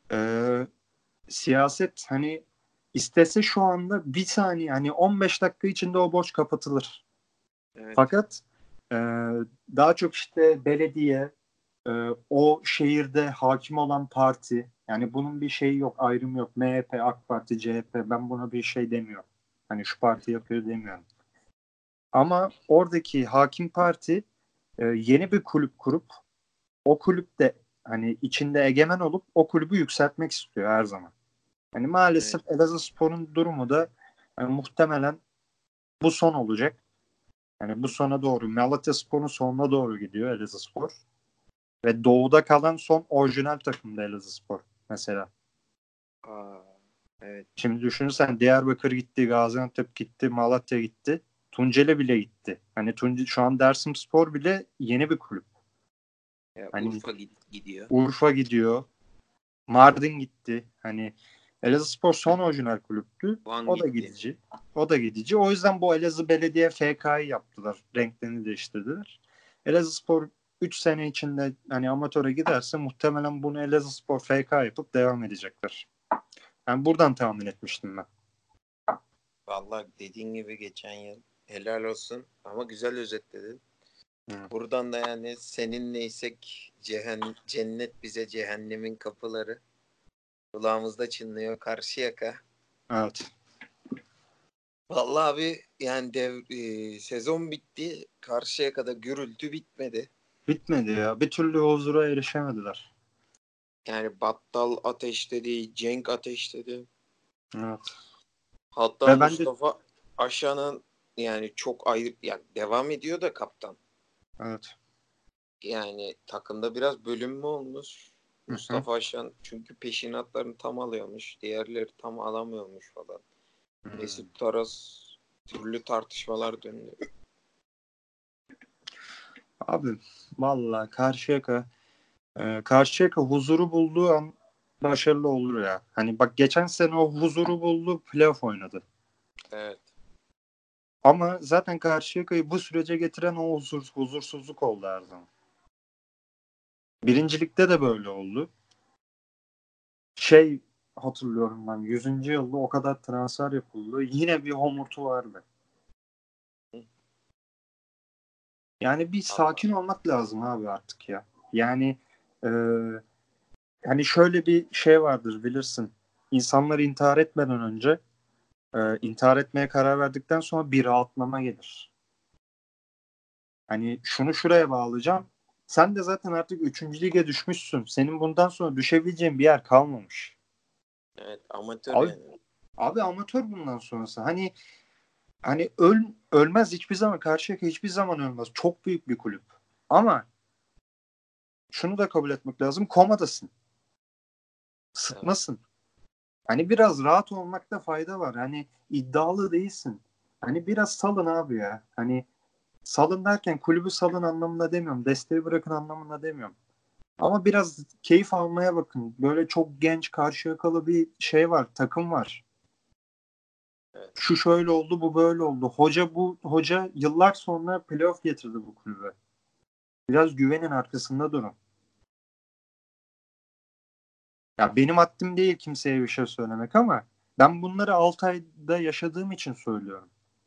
[SPEAKER 2] siyaset hani istese şu anda bir saniye, hani 15 dakika içinde o borç kapatılır.
[SPEAKER 1] Evet.
[SPEAKER 2] Fakat e, daha çok işte belediye, o şehirde hakim olan parti, yani bunun bir şeyi yok, ayrım yok. MHP, AK Parti, CHP, ben buna bir şey demiyorum. Hani şu parti yapıyor demiyorum. Ama oradaki hakim parti yeni bir kulüp kurup o kulüpte hani içinde egemen olup o kulübü yükseltmek istiyor her zaman. Hani
[SPEAKER 1] Evet.
[SPEAKER 2] maalesef Elazığspor'un durumu da yani muhtemelen bu son olacak. Yani bu sona doğru, Malatyaspor'un sonuna doğru gidiyor Elazığspor. Ve doğuda kalan son orijinal takım da Elazığspor mesela.
[SPEAKER 1] Aa, evet.
[SPEAKER 2] Şimdi düşünürsen Diyarbakır gitti, Gaziantep gitti, Malatya gitti. Tunceli bile gitti. Hani şu an Dersimspor bile yeni bir kulüp.
[SPEAKER 1] Ya
[SPEAKER 2] Hani
[SPEAKER 1] Urfa gidiyor.
[SPEAKER 2] Urfa gidiyor. Mardin gitti. Hani Elazığspor son orijinal kulüptü.
[SPEAKER 1] Van
[SPEAKER 2] O da
[SPEAKER 1] gitti.
[SPEAKER 2] gidici. O da gidici. O yüzden bu Elazığ Belediye FK'yı yaptılar. Renklerini değiştirdiler. Elazığspor 3 sene içinde hani amatöre giderse muhtemelen bunu Elazığspor FK yapıp devam edecekler. Yani buradan tahmin etmiştim ben.
[SPEAKER 1] Vallahi dediğin gibi geçen yıl helal olsun ama güzel özetledin.
[SPEAKER 2] Hı.
[SPEAKER 1] Buradan da yani seninleysek cennet bize cehennemin kapıları. Kulağımızda çınlıyor Karşıyaka.
[SPEAKER 2] Evet.
[SPEAKER 1] Vallahi abi yani sezon bitti. Karşıyaka'da gürültü bitmedi.
[SPEAKER 2] Bitmedi ya. Bir türlü huzura erişemediler.
[SPEAKER 1] Yani Battal ateşledi, Cenk ateşledi.
[SPEAKER 2] Evet.
[SPEAKER 1] Hatta
[SPEAKER 2] Ve bence
[SPEAKER 1] Mustafa Aşan'ın yani çok ayrı yani devam ediyor da kaptan.
[SPEAKER 2] evet.
[SPEAKER 1] Yani takımda biraz bölünme olmuş.
[SPEAKER 2] Hı hı.
[SPEAKER 1] Mustafa Aşan çünkü peşinatlarını tam alıyormuş. Diğerleri tam alamıyormuş falan.
[SPEAKER 2] Hmm.
[SPEAKER 1] Mesut Taras türlü tartışmalar dönüyor.
[SPEAKER 2] Abi vallahi Karşıyaka huzuru bulduğu an başarılı olur ya. Hani bak geçen sene o huzuru buldu, playoff oynadı.
[SPEAKER 1] Evet.
[SPEAKER 2] Ama zaten Karşıyaka'yı bu sürece getiren o huzursuzluk oldu her zaman. Birincilikte de böyle oldu. Şey hatırlıyorum ben, 100. yılda o kadar transfer yapıldı. Yine bir homurtu vardı. Yani bir
[SPEAKER 1] Allah.
[SPEAKER 2] sakin olmak lazım abi artık ya. Yani e, hani şöyle bir şey vardır bilirsin. İnsanlar intihar etmeden önce intihar etmeye karar verdikten sonra bir rahatlama gelir. Hani şunu şuraya bağlayacağım. Sen de zaten artık 3. lige düşmüşsün. Senin bundan sonra düşebileceğin bir yer kalmamış.
[SPEAKER 1] Evet amatör
[SPEAKER 2] Abi,
[SPEAKER 1] yani.
[SPEAKER 2] abi amatör bundan sonrası. Hani ölmez hiçbir zaman. Karşıyaka hiçbir zaman ölmez. Çok büyük bir kulüp. Ama şunu da kabul etmek lazım. Komadasın.
[SPEAKER 1] Evet.
[SPEAKER 2] Sıtmasın. Hani biraz rahat olmakta fayda var. Hani iddialı değilsin. Hani biraz salın abi ya. Hani salın derken kulübü salın anlamında demiyorum. Desteği bırakın anlamında demiyorum. Ama biraz keyif almaya bakın. Böyle çok genç Karşıyakalı bir şey var. Takım var.
[SPEAKER 1] Evet.
[SPEAKER 2] Şu şöyle oldu, bu böyle oldu. Hoca yıllar sonra playoff getirdi bu kulübe. Biraz güvenin, arkasında durun. Ya benim haddim değil kimseye bir şey söylemek ama ben bunları Altay'da yaşadığım için söylüyorum.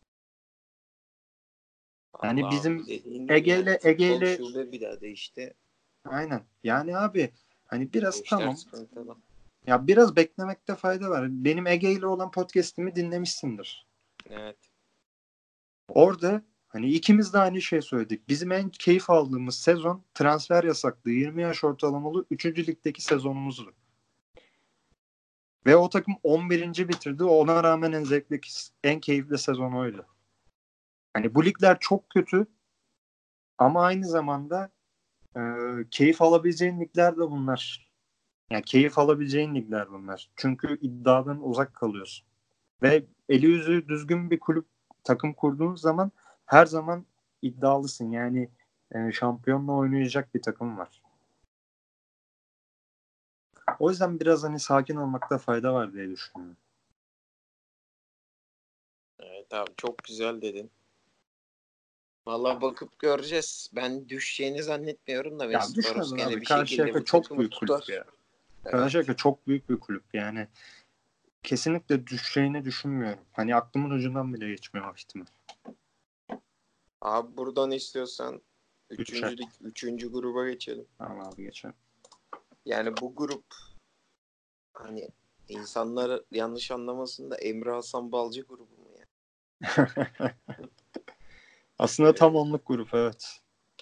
[SPEAKER 2] Yani
[SPEAKER 1] Allah abi
[SPEAKER 2] bizim
[SPEAKER 1] dediğin gibi yani futbol
[SPEAKER 2] Ege'yle
[SPEAKER 1] şube birader işte.
[SPEAKER 2] aynen. Yani abi hani biraz
[SPEAKER 1] Bu işler
[SPEAKER 2] tamam.
[SPEAKER 1] sıkıntılı.
[SPEAKER 2] Ya biraz beklemekte fayda var. Benim Ege'yle olan podcast'imi dinlemişsindir.
[SPEAKER 1] Evet.
[SPEAKER 2] Orada hani ikimiz de aynı şey söyledik. Bizim en keyif aldığımız sezon transfer yasaklı 20 yaş ortalamalı 3. ligdeki sezonumuzdu. Ve o takım 11. bitirdi. Ona rağmen en zevkli, en keyifli sezon oydu. Hani bu ligler çok kötü ama aynı zamanda e, keyif alabileceğin ligler de bunlar. Yani keyif alabileceğin ligler bunlar. Çünkü iddiadan uzak kalıyorsun. Ve eli yüzü düzgün bir kulüp takım kurduğun zaman her zaman iddialısın. Yani şampiyonla oynayacak bir takım var. O yüzden biraz hani sakin olmakta fayda var diye düşünüyorum.
[SPEAKER 1] Evet abi çok güzel dedin. Valla bakıp göreceğiz. Ben düşeceğini zannetmiyorum da
[SPEAKER 2] Ya
[SPEAKER 1] Westforos
[SPEAKER 2] düşmedin
[SPEAKER 1] gene
[SPEAKER 2] abi.
[SPEAKER 1] bir şekilde
[SPEAKER 2] Karşıyaka
[SPEAKER 1] bu
[SPEAKER 2] çok
[SPEAKER 1] takımı
[SPEAKER 2] büyük kulüp
[SPEAKER 1] tutar.
[SPEAKER 2] ya.
[SPEAKER 1] Evet.
[SPEAKER 2] Karşıyaka çok büyük bir kulüp. Yani kesinlikle düşeceğini düşünmüyorum. Hani aklımın ucundan bile geçmiyor o ihtimal.
[SPEAKER 1] Abi buradan istiyorsan
[SPEAKER 2] 3'e.
[SPEAKER 1] üçüncü gruba geçelim.
[SPEAKER 2] Tamam abi geçelim.
[SPEAKER 1] Yani bu grup hani insanlar yanlış anlamasın da Emre Hasan Balcı grubu mu ya?
[SPEAKER 2] Aslında tam onluk grup, evet.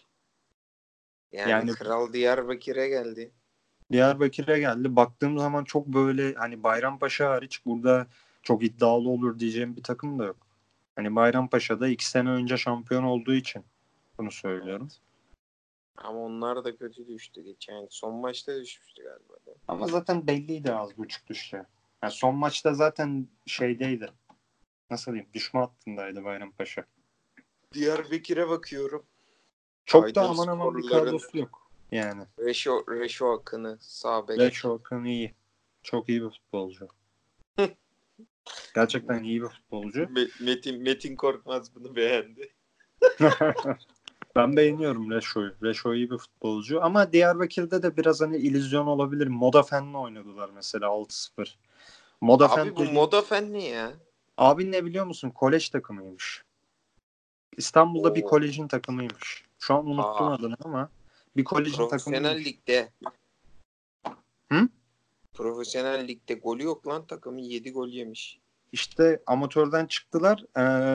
[SPEAKER 1] Yani
[SPEAKER 2] Yani
[SPEAKER 1] Kral Diyarbakır'a geldi.
[SPEAKER 2] Diyarbakır'a geldi. Baktığım zaman çok böyle hani Bayrampaşa hariç burada çok iddialı olur diyeceğim bir takım da yok. Hani Bayrampaşa'da 2 sene önce şampiyon olduğu için bunu söylüyorum.
[SPEAKER 1] Evet. Ama onlar da kötü düştü geçen. Son maçta düşmüştü galiba.
[SPEAKER 2] Ama zaten belliydi az buçuk düştü. Yani son maçta zaten şeydeydi. Nasıl diyeyim? Düşme hattındaydı Bayrampaşa.
[SPEAKER 1] Diyarbakır'a bakıyorum.
[SPEAKER 2] Çok da aman aman bir
[SPEAKER 1] Aydınsporluların
[SPEAKER 2] kadrosu yok. Yani.
[SPEAKER 1] Reşo Akın'ı sağ bek.
[SPEAKER 2] Reç Okan iyi. Çok iyi bir futbolcu. Gerçekten iyi bir futbolcu.
[SPEAKER 1] Metin Korkmaz bunu beğendi.
[SPEAKER 2] Ben beğeniyorum Reşo'yu. Reşo iyi bir futbolcu. Ama Diyarbakır'da da biraz hani illüzyon olabilir. Moda Fen'le oynadılar mesela 6-0. Moda Fen
[SPEAKER 1] Abi bu
[SPEAKER 2] dediğin
[SPEAKER 1] Moda Fen ne ya?
[SPEAKER 2] abin ne biliyor musun? Kolej takımıymış. İstanbul'da bir
[SPEAKER 1] Oo.
[SPEAKER 2] kolejin takımıymış. Şu an unuttum
[SPEAKER 1] Aa,
[SPEAKER 2] adını ama bir kolejin
[SPEAKER 1] profesyonel
[SPEAKER 2] takımıymış.
[SPEAKER 1] ligde.
[SPEAKER 2] Hı?
[SPEAKER 1] Profesyonel ligde golü yok lan takımın 7 gol yemiş.
[SPEAKER 2] İşte amatörden çıktılar.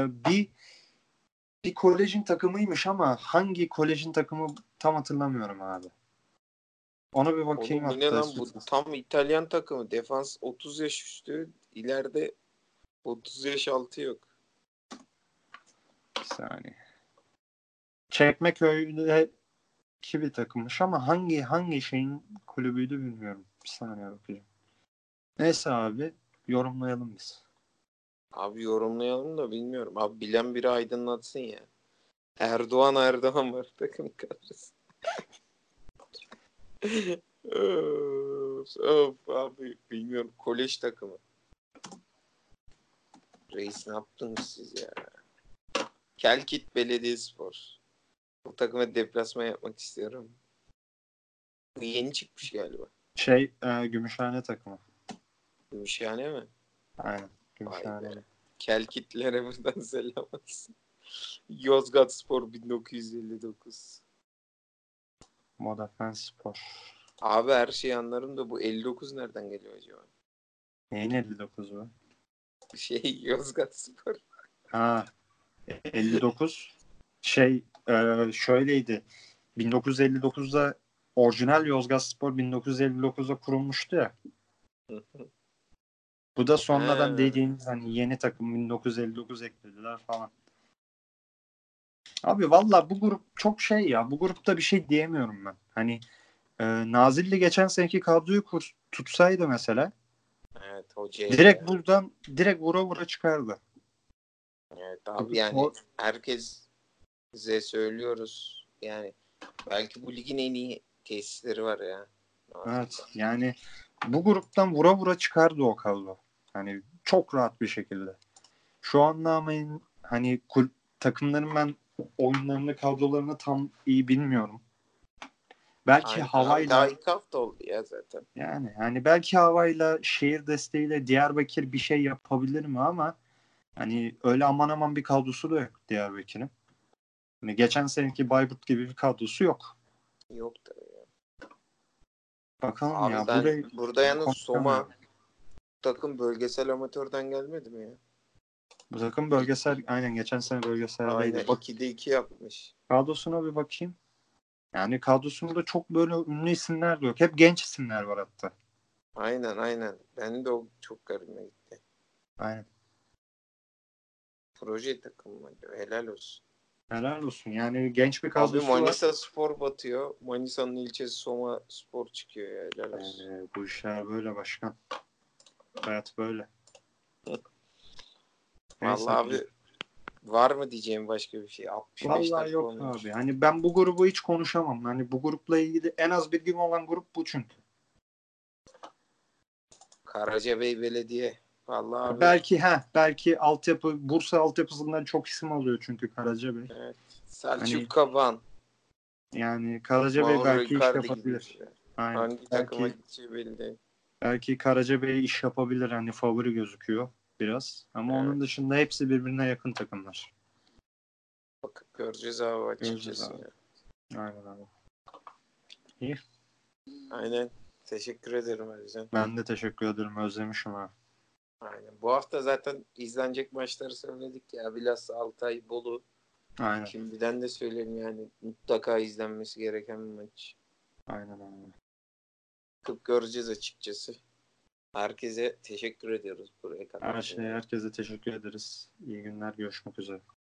[SPEAKER 2] Bir kolejin takımıymış ama hangi kolejin takımı tam hatırlamıyorum abi. Ona bir bakayım
[SPEAKER 1] Oğlum bu ne
[SPEAKER 2] hatta
[SPEAKER 1] lan? Bu
[SPEAKER 2] istiyorsan.
[SPEAKER 1] tam İtalyan takımı. Defans 30 yaş üstü. İleride 30 yaş altı yok.
[SPEAKER 2] Bir saniye. Çekmeköy'de bir takımmış ama hangi şeyin kulübüydü bilmiyorum. Bir saniye bakacağım. Neyse abi yorumlayalım biz.
[SPEAKER 1] Abi yorumlayalım da bilmiyorum. Abi bilen biri aydınlatsın ya. Erdoğan var takım kadrosu. Of abi bilmiyorum. Kolej takımı. Reis ne yaptınız siz ya? Kelkit Belediyespor. Bu takıma deplasman yapmak istiyorum. Bu yeni çıkmış galiba.
[SPEAKER 2] Gümüşhane takımı.
[SPEAKER 1] Gümüşhane mi?
[SPEAKER 2] Aynen.
[SPEAKER 1] Vay be.
[SPEAKER 2] Gümüşhane.
[SPEAKER 1] Kelkitlere buradan selam olsun. Yozgatspor 1959.
[SPEAKER 2] Modafen Spor.
[SPEAKER 1] Abi her şeyi anlarım da bu 59 nereden geliyor acaba?
[SPEAKER 2] Neyin 59 bu?
[SPEAKER 1] Yozgatspor.
[SPEAKER 2] Ha, 59. Şöyleydi. 1959'da orijinal Yozgatspor 1959'da kurulmuştu ya. Bu da sonradan
[SPEAKER 1] He.
[SPEAKER 2] dediğiniz hani yeni takım 1959 eklediler falan. Abi valla bu grup çok şey ya. Bu grupta bir şey diyemiyorum ben. Hani Nazilli geçen seneki kadroyu tutsaydı mesela
[SPEAKER 1] Evet hocaya.
[SPEAKER 2] Direkt buradan direkt vura vura çıkardı.
[SPEAKER 1] Evet abi, yani herkes size söylüyoruz. Yani belki bu ligin en iyi tesisleri var ya.
[SPEAKER 2] Evet, yani bu gruptan vura vura çıkardı o kadro. Hani çok rahat bir şekilde. Şu anda ama hani takımların ben oyunlarını, kadrolarını tam iyi bilmiyorum. Belki
[SPEAKER 1] Aynen.
[SPEAKER 2] havayla
[SPEAKER 1] Daha 2 hafta oldu ya zaten.
[SPEAKER 2] yani hani belki havayla, şehir desteğiyle Diyarbakır bir şey yapabilir mi ama hani öyle aman aman bir kadrosu da yok Diyarbakır'ın. Hani geçen seneki Bayburt gibi bir kadrosu yok.
[SPEAKER 1] Yok tabii ya.
[SPEAKER 2] Bakalım
[SPEAKER 1] Abi
[SPEAKER 2] ya,
[SPEAKER 1] ben
[SPEAKER 2] burayı
[SPEAKER 1] burada yalnız
[SPEAKER 2] konuşamıyorum.
[SPEAKER 1] Soma takım bölgesel amatörden gelmedi mi ya?
[SPEAKER 2] Bu takım bölgesel, aynen geçen sene
[SPEAKER 1] Aynen,
[SPEAKER 2] bölgeseldeydi. Bak
[SPEAKER 1] 2'de 2 yapmış.
[SPEAKER 2] kadrosuna bir bakayım. Yani kadrosunda çok böyle ünlü isimler de yok. Hep genç isimler var hatta.
[SPEAKER 1] Aynen. Ben de o çok garibime gitti.
[SPEAKER 2] Aynen.
[SPEAKER 1] Proje takımı helal olsun.
[SPEAKER 2] Helal olsun. Yani genç bir
[SPEAKER 1] Abi
[SPEAKER 2] kadrosu var.
[SPEAKER 1] Manisa Spor batıyor. Manisa'nın ilçesi Soma Spor çıkıyor ya, helal olsun.
[SPEAKER 2] Bu işler böyle başkan. Hayat böyle. Neyse
[SPEAKER 1] Vallahi
[SPEAKER 2] abi.
[SPEAKER 1] abi, var mı diyeceğim başka bir şey? 65
[SPEAKER 2] Vallahi
[SPEAKER 1] dakika
[SPEAKER 2] yok
[SPEAKER 1] olmuş.
[SPEAKER 2] abi. Hani ben bu grubu hiç konuşamam. Hani bu grupla ilgili en az bilgim olan grup bu çünkü.
[SPEAKER 1] Karacabey Belediye. Vallahi abi.
[SPEAKER 2] Belki altyapı, Bursa altyapısından çok isim alıyor çünkü Karacabey.
[SPEAKER 1] Evet. Selçuk
[SPEAKER 2] Hani
[SPEAKER 1] Kaban.
[SPEAKER 2] yani Karacabey
[SPEAKER 1] Mauro
[SPEAKER 2] belki iş
[SPEAKER 1] Icardi gibi
[SPEAKER 2] yapabilir.
[SPEAKER 1] işte.
[SPEAKER 2] Aynen.
[SPEAKER 1] Hangi takıma
[SPEAKER 2] Belki
[SPEAKER 1] gideceği belli değil.
[SPEAKER 2] Karacabey iş yapabilir. Hani favori gözüküyor biraz. Ama
[SPEAKER 1] Evet.
[SPEAKER 2] onun dışında hepsi birbirine yakın takımlar.
[SPEAKER 1] Bakıp göreceğiz abi
[SPEAKER 2] Göreceğiz
[SPEAKER 1] açıkçası
[SPEAKER 2] abi.
[SPEAKER 1] ya.
[SPEAKER 2] Aynen abi. İyi.
[SPEAKER 1] Aynen. Teşekkür ederim Ercan.
[SPEAKER 2] Ben de teşekkür ederim. Özlemişim ha.
[SPEAKER 1] Aynen. Bu hafta zaten izlenecek maçları söyledik ya. Bilhassa Altay, Bolu.
[SPEAKER 2] Aynen.
[SPEAKER 1] Şimdiden de söyleyeyim, yani mutlaka izlenmesi gereken bir maç.
[SPEAKER 2] Aynen abi.
[SPEAKER 1] Bakıp göreceğiz açıkçası. Herkese teşekkür ediyoruz buraya kadar.
[SPEAKER 2] Herkese teşekkür ederiz. İyi günler. Görüşmek üzere.